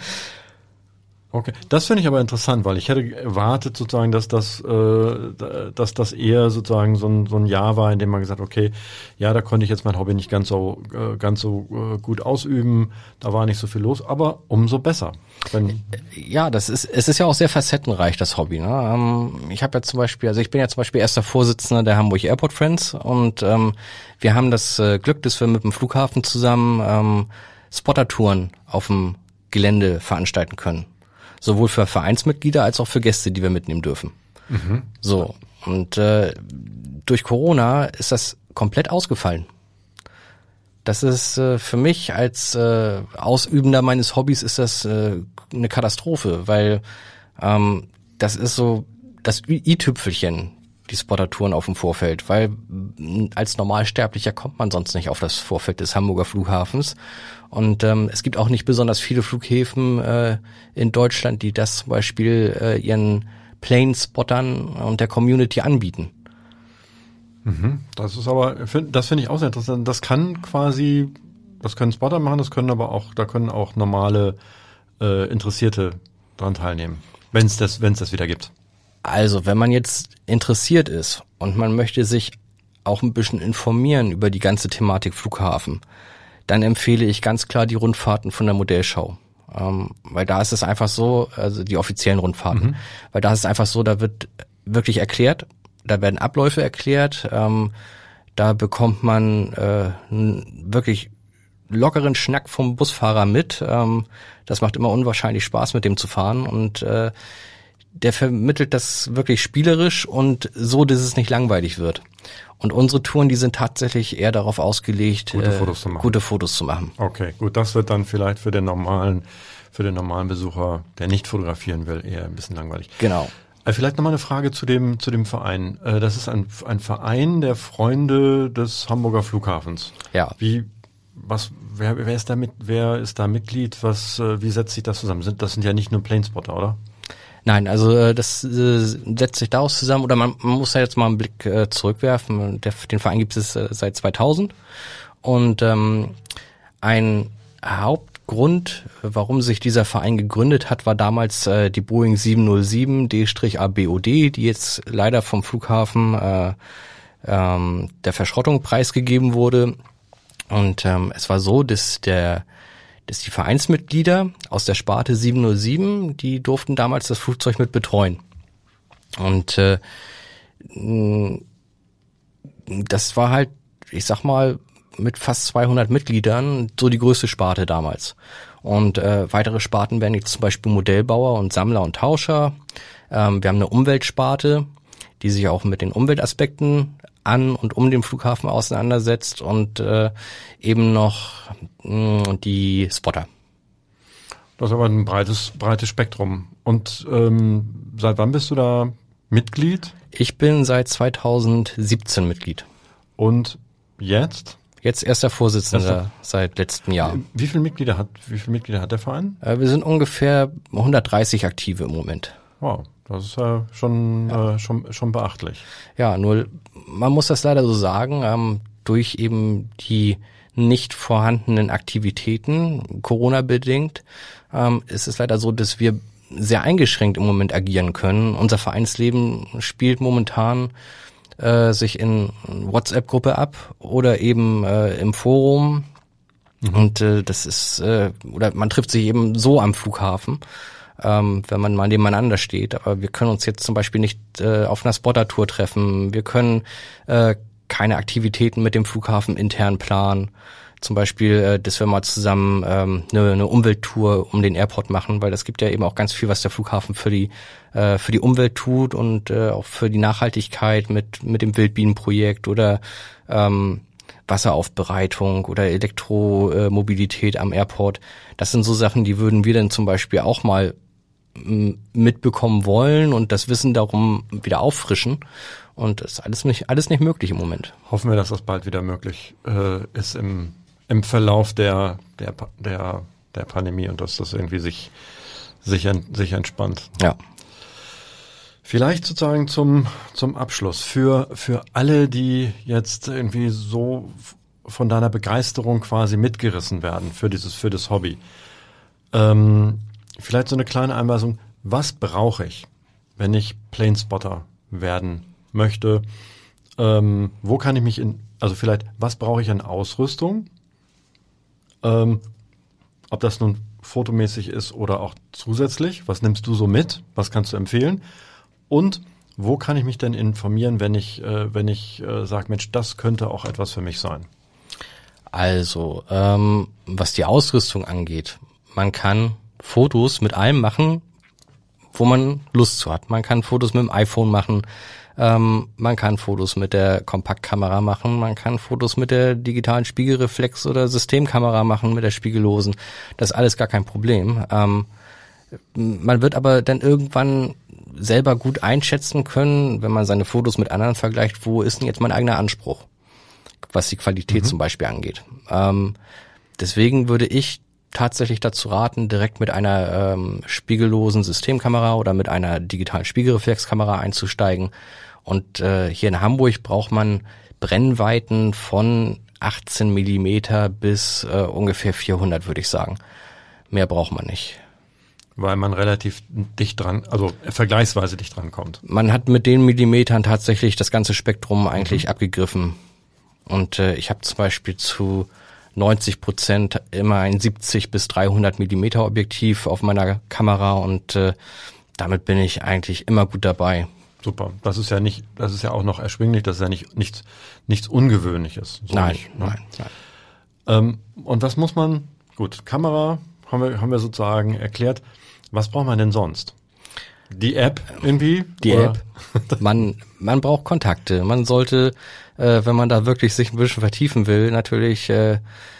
Okay, das finde ich aber interessant, weil ich hätte erwartet sozusagen, dass das, äh, dass das eher sozusagen so ein, so ein Jahr war, in dem man gesagt hat, okay, ja, da konnte ich jetzt mein Hobby nicht ganz so, äh, ganz so äh, gut ausüben, da war nicht so viel los, aber umso besser. Wenn, Ja, das ist, es ist ja auch sehr facettenreich, das Hobby. Ne? Ähm, ich habe ja zum Beispiel, also ich bin ja zum Beispiel erster Vorsitzender der Hamburg Airport Friends und ähm, wir haben das äh, Glück, dass wir mit dem Flughafen zusammen ähm, Spottertouren auf dem Gelände veranstalten können. Sowohl für Vereinsmitglieder als auch für Gäste, die wir mitnehmen dürfen. mhm. So, und äh, durch Corona ist das komplett ausgefallen. Das ist äh, für mich als äh, Ausübender meines Hobbys ist das äh, eine Katastrophe, weil ähm, das ist so das i-Tüpfelchen, die Spottertouren auf dem Vorfeld, weil m, als Normalsterblicher kommt man sonst nicht auf das Vorfeld des Hamburger Flughafens. Und ähm, es gibt auch nicht besonders viele Flughäfen äh, in Deutschland, die das zum Beispiel äh, ihren Planespottern und der Community anbieten. Mhm. Das ist aber, find, das finde ich auch sehr interessant. Das kann quasi, das können Spotter machen, das können aber auch, da können auch normale äh, Interessierte dran teilnehmen, wenn es das, wenn es das wieder gibt. Also, wenn man jetzt interessiert ist und man möchte sich auch ein bisschen informieren über die ganze Thematik Flughafen, dann empfehle ich ganz klar die Rundfahrten von der Modellschau. Ähm, weil da ist es einfach so, also die offiziellen Rundfahrten, mhm. weil da ist es einfach so, da wird wirklich erklärt, da werden Abläufe erklärt, ähm, da bekommt man äh, n- wirklich lockeren Schnack vom Busfahrer mit. Ähm, das macht immer unwahrscheinlich Spaß, mit dem zu fahren und äh, der vermittelt das wirklich spielerisch und so, dass es nicht langweilig wird. Und unsere Touren, die sind tatsächlich eher darauf ausgelegt, gute, äh, Fotos, zu machen. gute Fotos zu machen. Okay, gut, das wird dann vielleicht für den normalen, für den normalen Besucher, der nicht fotografieren will, eher ein bisschen langweilig. Genau. Vielleicht nochmal eine Frage zu dem, zu dem Verein. Das ist ein, ein Verein der Freunde des Hamburger Flughafens. Ja. Wie, was, wer, wer ist da mit, wer ist da Mitglied? Was, wie setzt sich das zusammen? Sind, das sind ja nicht nur Planespotter, oder? Nein, also das äh, setzt sich daraus zusammen, oder man, man muss ja jetzt mal einen Blick äh, zurückwerfen. Der, den Verein gibt es äh, seit zweitausend und ähm, ein Hauptgrund, warum sich dieser Verein gegründet hat, war damals äh, die Boeing sieben null sieben D A B O D, die jetzt leider vom Flughafen äh, ähm, der Verschrottung preisgegeben wurde. Und ähm, es war so, dass der dass die Vereinsmitglieder aus der Sparte sieben null sieben, die durften damals das Flugzeug mit betreuen. Und äh, das war halt, ich sag mal, mit fast zweihundert Mitgliedern so die größte Sparte damals. Und äh, weitere Sparten wären jetzt zum Beispiel Modellbauer und Sammler und Tauscher. Ähm, wir haben eine Umweltsparte, die sich auch mit den Umweltaspekten an und um den Flughafen auseinandersetzt und äh, eben noch mh, die Spotter. Das ist aber ein breites, breites Spektrum. Und ähm, seit wann bist du da Mitglied? Ich bin seit zweitausendsiebzehn Mitglied. Und jetzt? Jetzt erster Vorsitzender Erster. seit letztem Jahr. Wie viele Mitglieder hat, wie viele Mitglieder hat der Verein? Äh, wir sind ungefähr hundertdreißig Aktive im Moment. Wow. Das ist ja schon, ja. Äh, schon, schon beachtlich. Ja, nur man muss das leider so sagen, ähm, durch eben die nicht vorhandenen Aktivitäten, Corona-bedingt, ähm, ist es leider so, dass wir sehr eingeschränkt im Moment agieren können. Unser Vereinsleben spielt momentan äh, sich in WhatsApp-Gruppe ab oder eben äh, im Forum. Mhm. Und äh, das ist, äh, oder man trifft sich eben so am Flughafen. Ähm, wenn man mal nebeneinander steht. Aber wir können uns jetzt zum Beispiel nicht äh, auf einer Spotter-Tour treffen. Wir können äh, keine Aktivitäten mit dem Flughafen intern planen. Zum Beispiel, äh, dass wir mal zusammen ähm, eine, eine Umwelttour um den Airport machen, weil es gibt ja eben auch ganz viel, was der Flughafen für die äh, für die Umwelt tut und äh, auch für die Nachhaltigkeit mit mit dem Wildbienenprojekt oder ähm, Wasseraufbereitung oder Elektromobilität am Airport. Das sind so Sachen, die würden wir dann zum Beispiel auch mal mitbekommen wollen und das Wissen darum wieder auffrischen. Und das ist alles nicht, alles nicht möglich im Moment. Hoffen wir, dass das bald wieder möglich äh, ist im, im Verlauf der, der, der, der Pandemie und dass das irgendwie sich, sich, sich entspannt. Ja. Vielleicht sozusagen zum, zum Abschluss. Für, für alle, die jetzt irgendwie so von deiner Begeisterung quasi mitgerissen werden für dieses, für das Hobby. Ähm, Vielleicht so eine kleine Einweisung, was brauche ich, wenn ich Planespotter werden möchte? Ähm, wo kann ich mich in, also vielleicht, was brauche ich an Ausrüstung? Ähm, ob das nun fotomäßig ist oder auch zusätzlich, was nimmst du so mit? Was kannst du empfehlen? Und wo kann ich mich denn informieren, wenn ich, äh, wenn ich äh, sage, Mensch, das könnte auch etwas für mich sein? Also, ähm, was die Ausrüstung angeht, man kann Fotos mit allem machen, wo man Lust zu hat. Man kann Fotos mit dem iPhone machen, ähm, man kann Fotos mit der Kompaktkamera machen, man kann Fotos mit der digitalen Spiegelreflex oder Systemkamera machen, mit der spiegellosen. Das ist alles gar kein Problem. Ähm, man wird aber dann irgendwann selber gut einschätzen können, wenn man seine Fotos mit anderen vergleicht, wo ist denn jetzt mein eigener Anspruch, was die Qualität mhm. zum Beispiel angeht. Ähm, deswegen würde ich tatsächlich dazu raten, direkt mit einer ähm, spiegellosen Systemkamera oder mit einer digitalen Spiegelreflexkamera einzusteigen. Und äh, hier in Hamburg braucht man Brennweiten von achtzehn Millimeter bis äh, ungefähr vierhundert, würde ich sagen. Mehr braucht man nicht. Weil man relativ dicht dran, also vergleichsweise dicht dran kommt. Man hat mit den Millimetern tatsächlich das ganze Spektrum eigentlich mhm. abgegriffen. Und äh, ich habe zum Beispiel zu neunzig Prozent immer ein siebzig bis dreihundert Millimeter Objektiv auf meiner Kamera und äh, damit bin ich eigentlich immer gut dabei. Super. Das ist ja nicht, das ist ja auch noch erschwinglich, das ist ja nicht nichts nichts Ungewöhnliches. So nein, nicht, ne? nein, nein. Ähm, und was muss man, gut, Kamera haben wir, haben wir sozusagen erklärt. Was braucht man denn sonst? Die App irgendwie? Die oder? App. Man, man braucht Kontakte. Man sollte, äh, wenn man da wirklich sich ein bisschen vertiefen will, natürlich, äh,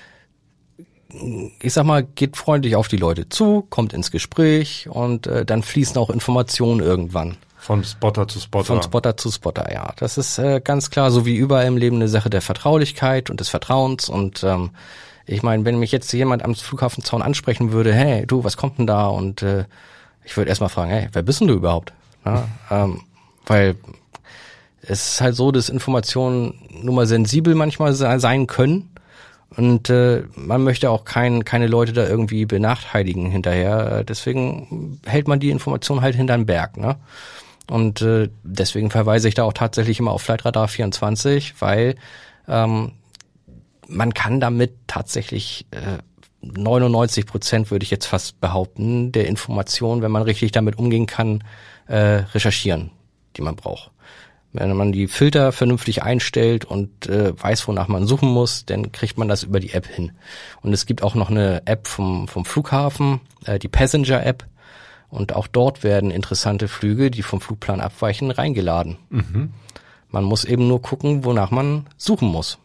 ich sag mal, geht freundlich auf die Leute zu, kommt ins Gespräch und äh, dann fließen auch Informationen irgendwann. Von Spotter zu Spotter. Von Spotter zu Spotter, ja. Das ist äh, ganz klar, so wie überall im Leben, eine Sache der Vertraulichkeit und des Vertrauens. Und ähm, ich meine, wenn mich jetzt jemand am Flughafenzaun ansprechen würde, hey, du, was kommt denn da? Und äh, ich würde erstmal fragen, hey, wer bist denn du überhaupt? Ja, ähm, weil es ist halt so, dass Informationen nun mal sensibel manchmal sein können. Und äh, man möchte auch kein, keine Leute da irgendwie benachteiligen hinterher. Deswegen hält man die Information halt hinterm Berg, ne? Und äh, deswegen verweise ich da auch tatsächlich immer auf Flightradar vierundzwanzig, weil ähm, man kann damit tatsächlich äh, neunundneunzig Prozent, würde ich jetzt fast behaupten, der Information, wenn man richtig damit umgehen kann, äh, recherchieren, die man braucht. Wenn man die Filter vernünftig einstellt und äh, weiß, wonach man suchen muss, dann kriegt man das über die App hin. Und es gibt auch noch eine App vom vom Flughafen, äh, die Passenger-App. Und auch dort werden interessante Flüge, die vom Flugplan abweichen, reingeladen. Mhm. Man muss eben nur gucken, wonach man suchen muss.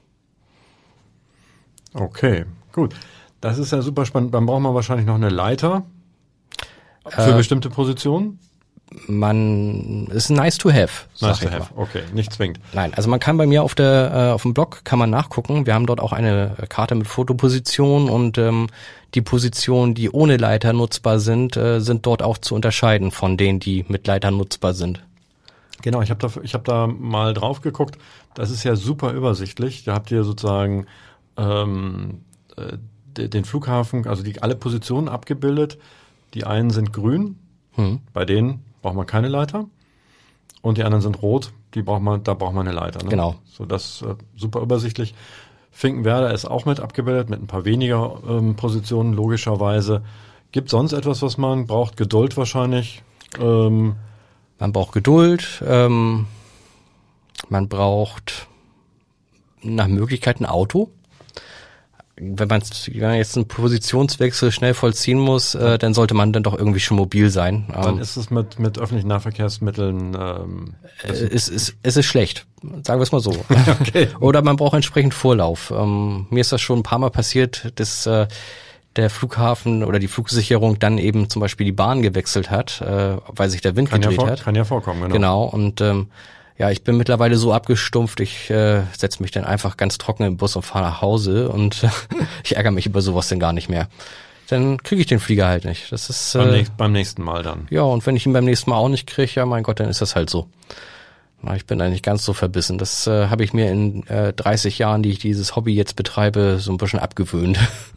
Okay, gut. Das ist ja super spannend. Dann braucht man wahrscheinlich noch eine Leiter für äh, bestimmte Positionen. Man ist nice to have. Nice to have, okay, nicht zwingend. Nein, also man kann bei mir auf der äh, auf dem Blog kann man nachgucken. Wir haben dort auch eine Karte mit Fotoposition und ähm, die Positionen, die ohne Leiter nutzbar sind, äh, sind dort auch zu unterscheiden von denen, die mit Leiter nutzbar sind. Genau, ich habe da ich habe da mal drauf geguckt. Das ist ja super übersichtlich. Da habt ihr sozusagen ähm, äh, den Flughafen, also die alle Positionen abgebildet. Die einen sind grün, hm. bei denen braucht man keine Leiter. Und die anderen sind rot, die braucht man, da braucht man eine Leiter. Ne? Genau. So, das äh, super übersichtlich. Finkenwerder ist auch mit abgebildet, mit ein paar weniger ähm, Positionen, logischerweise. Gibt sonst etwas, was man braucht? Geduld wahrscheinlich. Ähm, man braucht Geduld. Ähm, man braucht nach Möglichkeit ein Auto. Wenn man, wenn man jetzt einen Positionswechsel schnell vollziehen muss, äh, dann sollte man dann doch irgendwie schon mobil sein. Dann ähm, ist es mit mit öffentlichen Nahverkehrsmitteln ähm, äh, es, es, es ist schlecht, sagen wir es mal so. Okay. Oder man braucht entsprechend Vorlauf. Ähm, mir ist das schon ein paar Mal passiert, dass äh, der Flughafen oder die Flugsicherung dann eben zum Beispiel die Bahn gewechselt hat, äh, weil sich der Wind kann gedreht ja vor, hat. Kann ja vorkommen, genau. Genau, und ähm, ja, ich bin mittlerweile so abgestumpft, ich äh, setze mich dann einfach ganz trocken im Bus und fahre nach Hause und äh, ich ärgere mich über sowas dann gar nicht mehr. Dann kriege ich den Flieger halt nicht. Das ist äh, beim, nächst, beim nächsten Mal dann. Ja, und wenn ich ihn beim nächsten Mal auch nicht kriege, ja mein Gott, dann ist das halt so. Na, ich bin da nicht ganz so verbissen. Das äh, habe ich mir in äh, dreißig Jahren, die ich dieses Hobby jetzt betreibe, so ein bisschen abgewöhnt.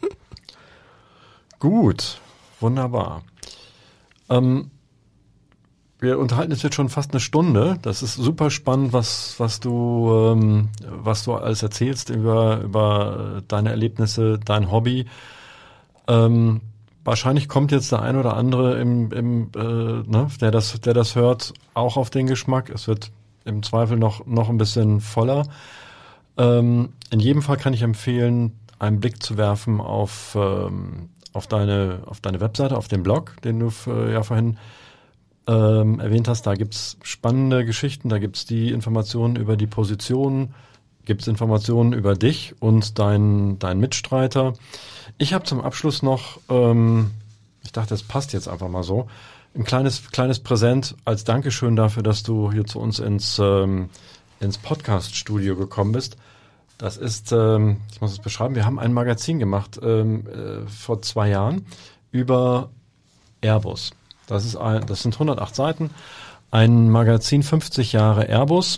Gut, wunderbar. Ähm, Wir unterhalten uns jetzt schon fast eine Stunde. Das ist super spannend, was was du ähm, was du alles erzählst über über deine Erlebnisse, dein Hobby. Ähm, wahrscheinlich kommt jetzt der ein oder andere im im äh, ne, der das der das hört auch auf den Geschmack. Es wird im Zweifel noch noch ein bisschen voller. Ähm, in jedem Fall kann ich empfehlen, einen Blick zu werfen auf ähm, auf deine auf deine Webseite, auf den Blog, den du äh, ja vorhin Ähm, erwähnt hast, da gibt's spannende Geschichten, da gibt's die Informationen über die Position, gibt's Informationen über dich und deinen deinen Mitstreiter. Ich habe zum Abschluss noch, ähm, ich dachte, das passt jetzt einfach mal so, ein kleines kleines Präsent als Dankeschön dafür, dass du hier zu uns ins ähm, ins Podcast-Studio gekommen bist. Das ist, ähm, ich muss es beschreiben, wir haben ein Magazin gemacht ähm, äh, vor zwei Jahren über Airbus. Das ist ein, das sind hundertacht Seiten. Ein Magazin fünfzig Jahre Airbus.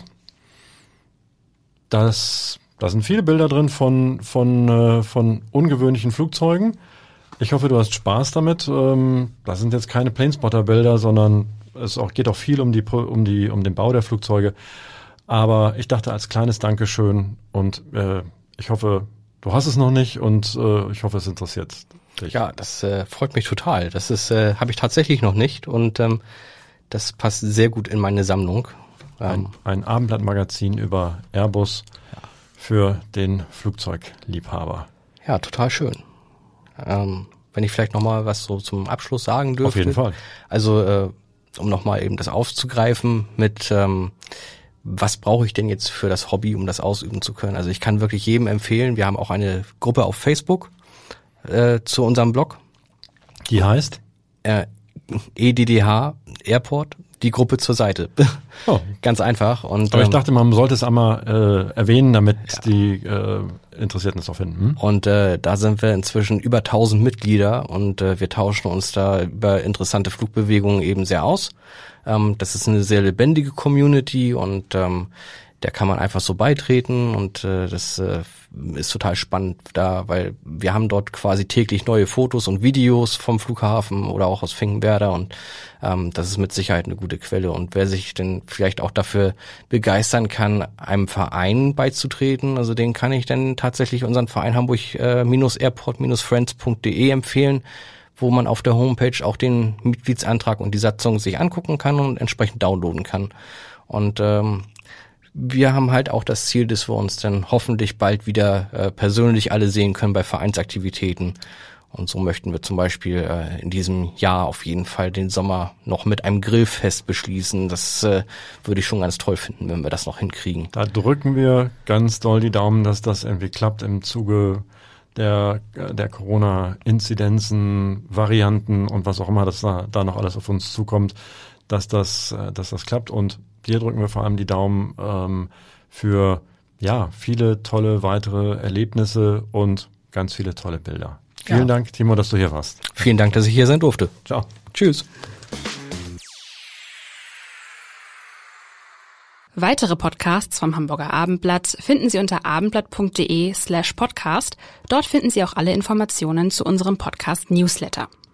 Das, da sind viele Bilder drin von, von, äh, von ungewöhnlichen Flugzeugen. Ich hoffe, du hast Spaß damit. Ähm, das sind jetzt keine Planespotter-Bilder, sondern es auch, geht auch viel um die, um die, um den Bau der Flugzeuge. Aber ich dachte als kleines Dankeschön und äh, ich hoffe, du hast es noch nicht und äh, ich hoffe, es interessiert dich. Ja, das äh, freut mich total. Das ist äh, habe ich tatsächlich noch nicht und ähm, das passt sehr gut in meine Sammlung. Ähm, ein, ein Abendblattmagazin über Airbus ja. für den Flugzeugliebhaber. Ja, total schön. Ähm, wenn ich vielleicht nochmal was so zum Abschluss sagen dürfte. Auf jeden Fall. Also, äh, um nochmal eben das aufzugreifen mit, ähm, was brauche ich denn jetzt für das Hobby, um das ausüben zu können? Also ich kann wirklich jedem empfehlen, wir haben auch eine Gruppe auf Facebook äh, zu unserem Blog. Die heißt? Äh, E D D H Airport, die Gruppe zur Seite. Oh. Ganz einfach. Und, Aber ich ähm, dachte, man sollte es einmal äh, erwähnen, damit ja. die äh, Interessierten es auch finden. Hm? Und äh, da sind wir inzwischen über tausend Mitglieder und äh, wir tauschen uns da über interessante Flugbewegungen eben sehr aus. Ähm, das ist eine sehr lebendige Community und ähm, der kann man einfach so beitreten und äh, das äh, ist total spannend da, weil wir haben dort quasi täglich neue Fotos und Videos vom Flughafen oder auch aus Finkenwerder und ähm, das ist mit Sicherheit eine gute Quelle. Und wer sich denn vielleicht auch dafür begeistern kann, einem Verein beizutreten, also den kann ich dann tatsächlich unseren Verein Hamburg-Airport-Friends punkt de empfehlen, wo man auf der Homepage auch den Mitgliedsantrag und die Satzung sich angucken kann und entsprechend downloaden kann. Und ähm, wir haben halt auch das Ziel, dass wir uns dann hoffentlich bald wieder äh, persönlich alle sehen können bei Vereinsaktivitäten. Und so möchten wir zum Beispiel äh, in diesem Jahr auf jeden Fall den Sommer noch mit einem Grillfest beschließen. Das äh, würde ich schon ganz toll finden, wenn wir das noch hinkriegen. Da drücken wir ganz doll die Daumen, dass das irgendwie klappt im Zuge der der Corona-Inzidenzen, Varianten und was auch immer, dass da, da noch alles auf uns zukommt, dass das dass das klappt. Und hier drücken wir vor allem die Daumen ähm, für ja viele tolle weitere Erlebnisse und ganz viele tolle Bilder. Vielen ja. Dank, Timo, dass du hier warst. Vielen Dank, dass ich hier sein durfte. Ciao. Tschüss. Weitere Podcasts vom Hamburger Abendblatt finden Sie unter abendblatt.de slash podcast. Dort finden Sie auch alle Informationen zu unserem Podcast-Newsletter.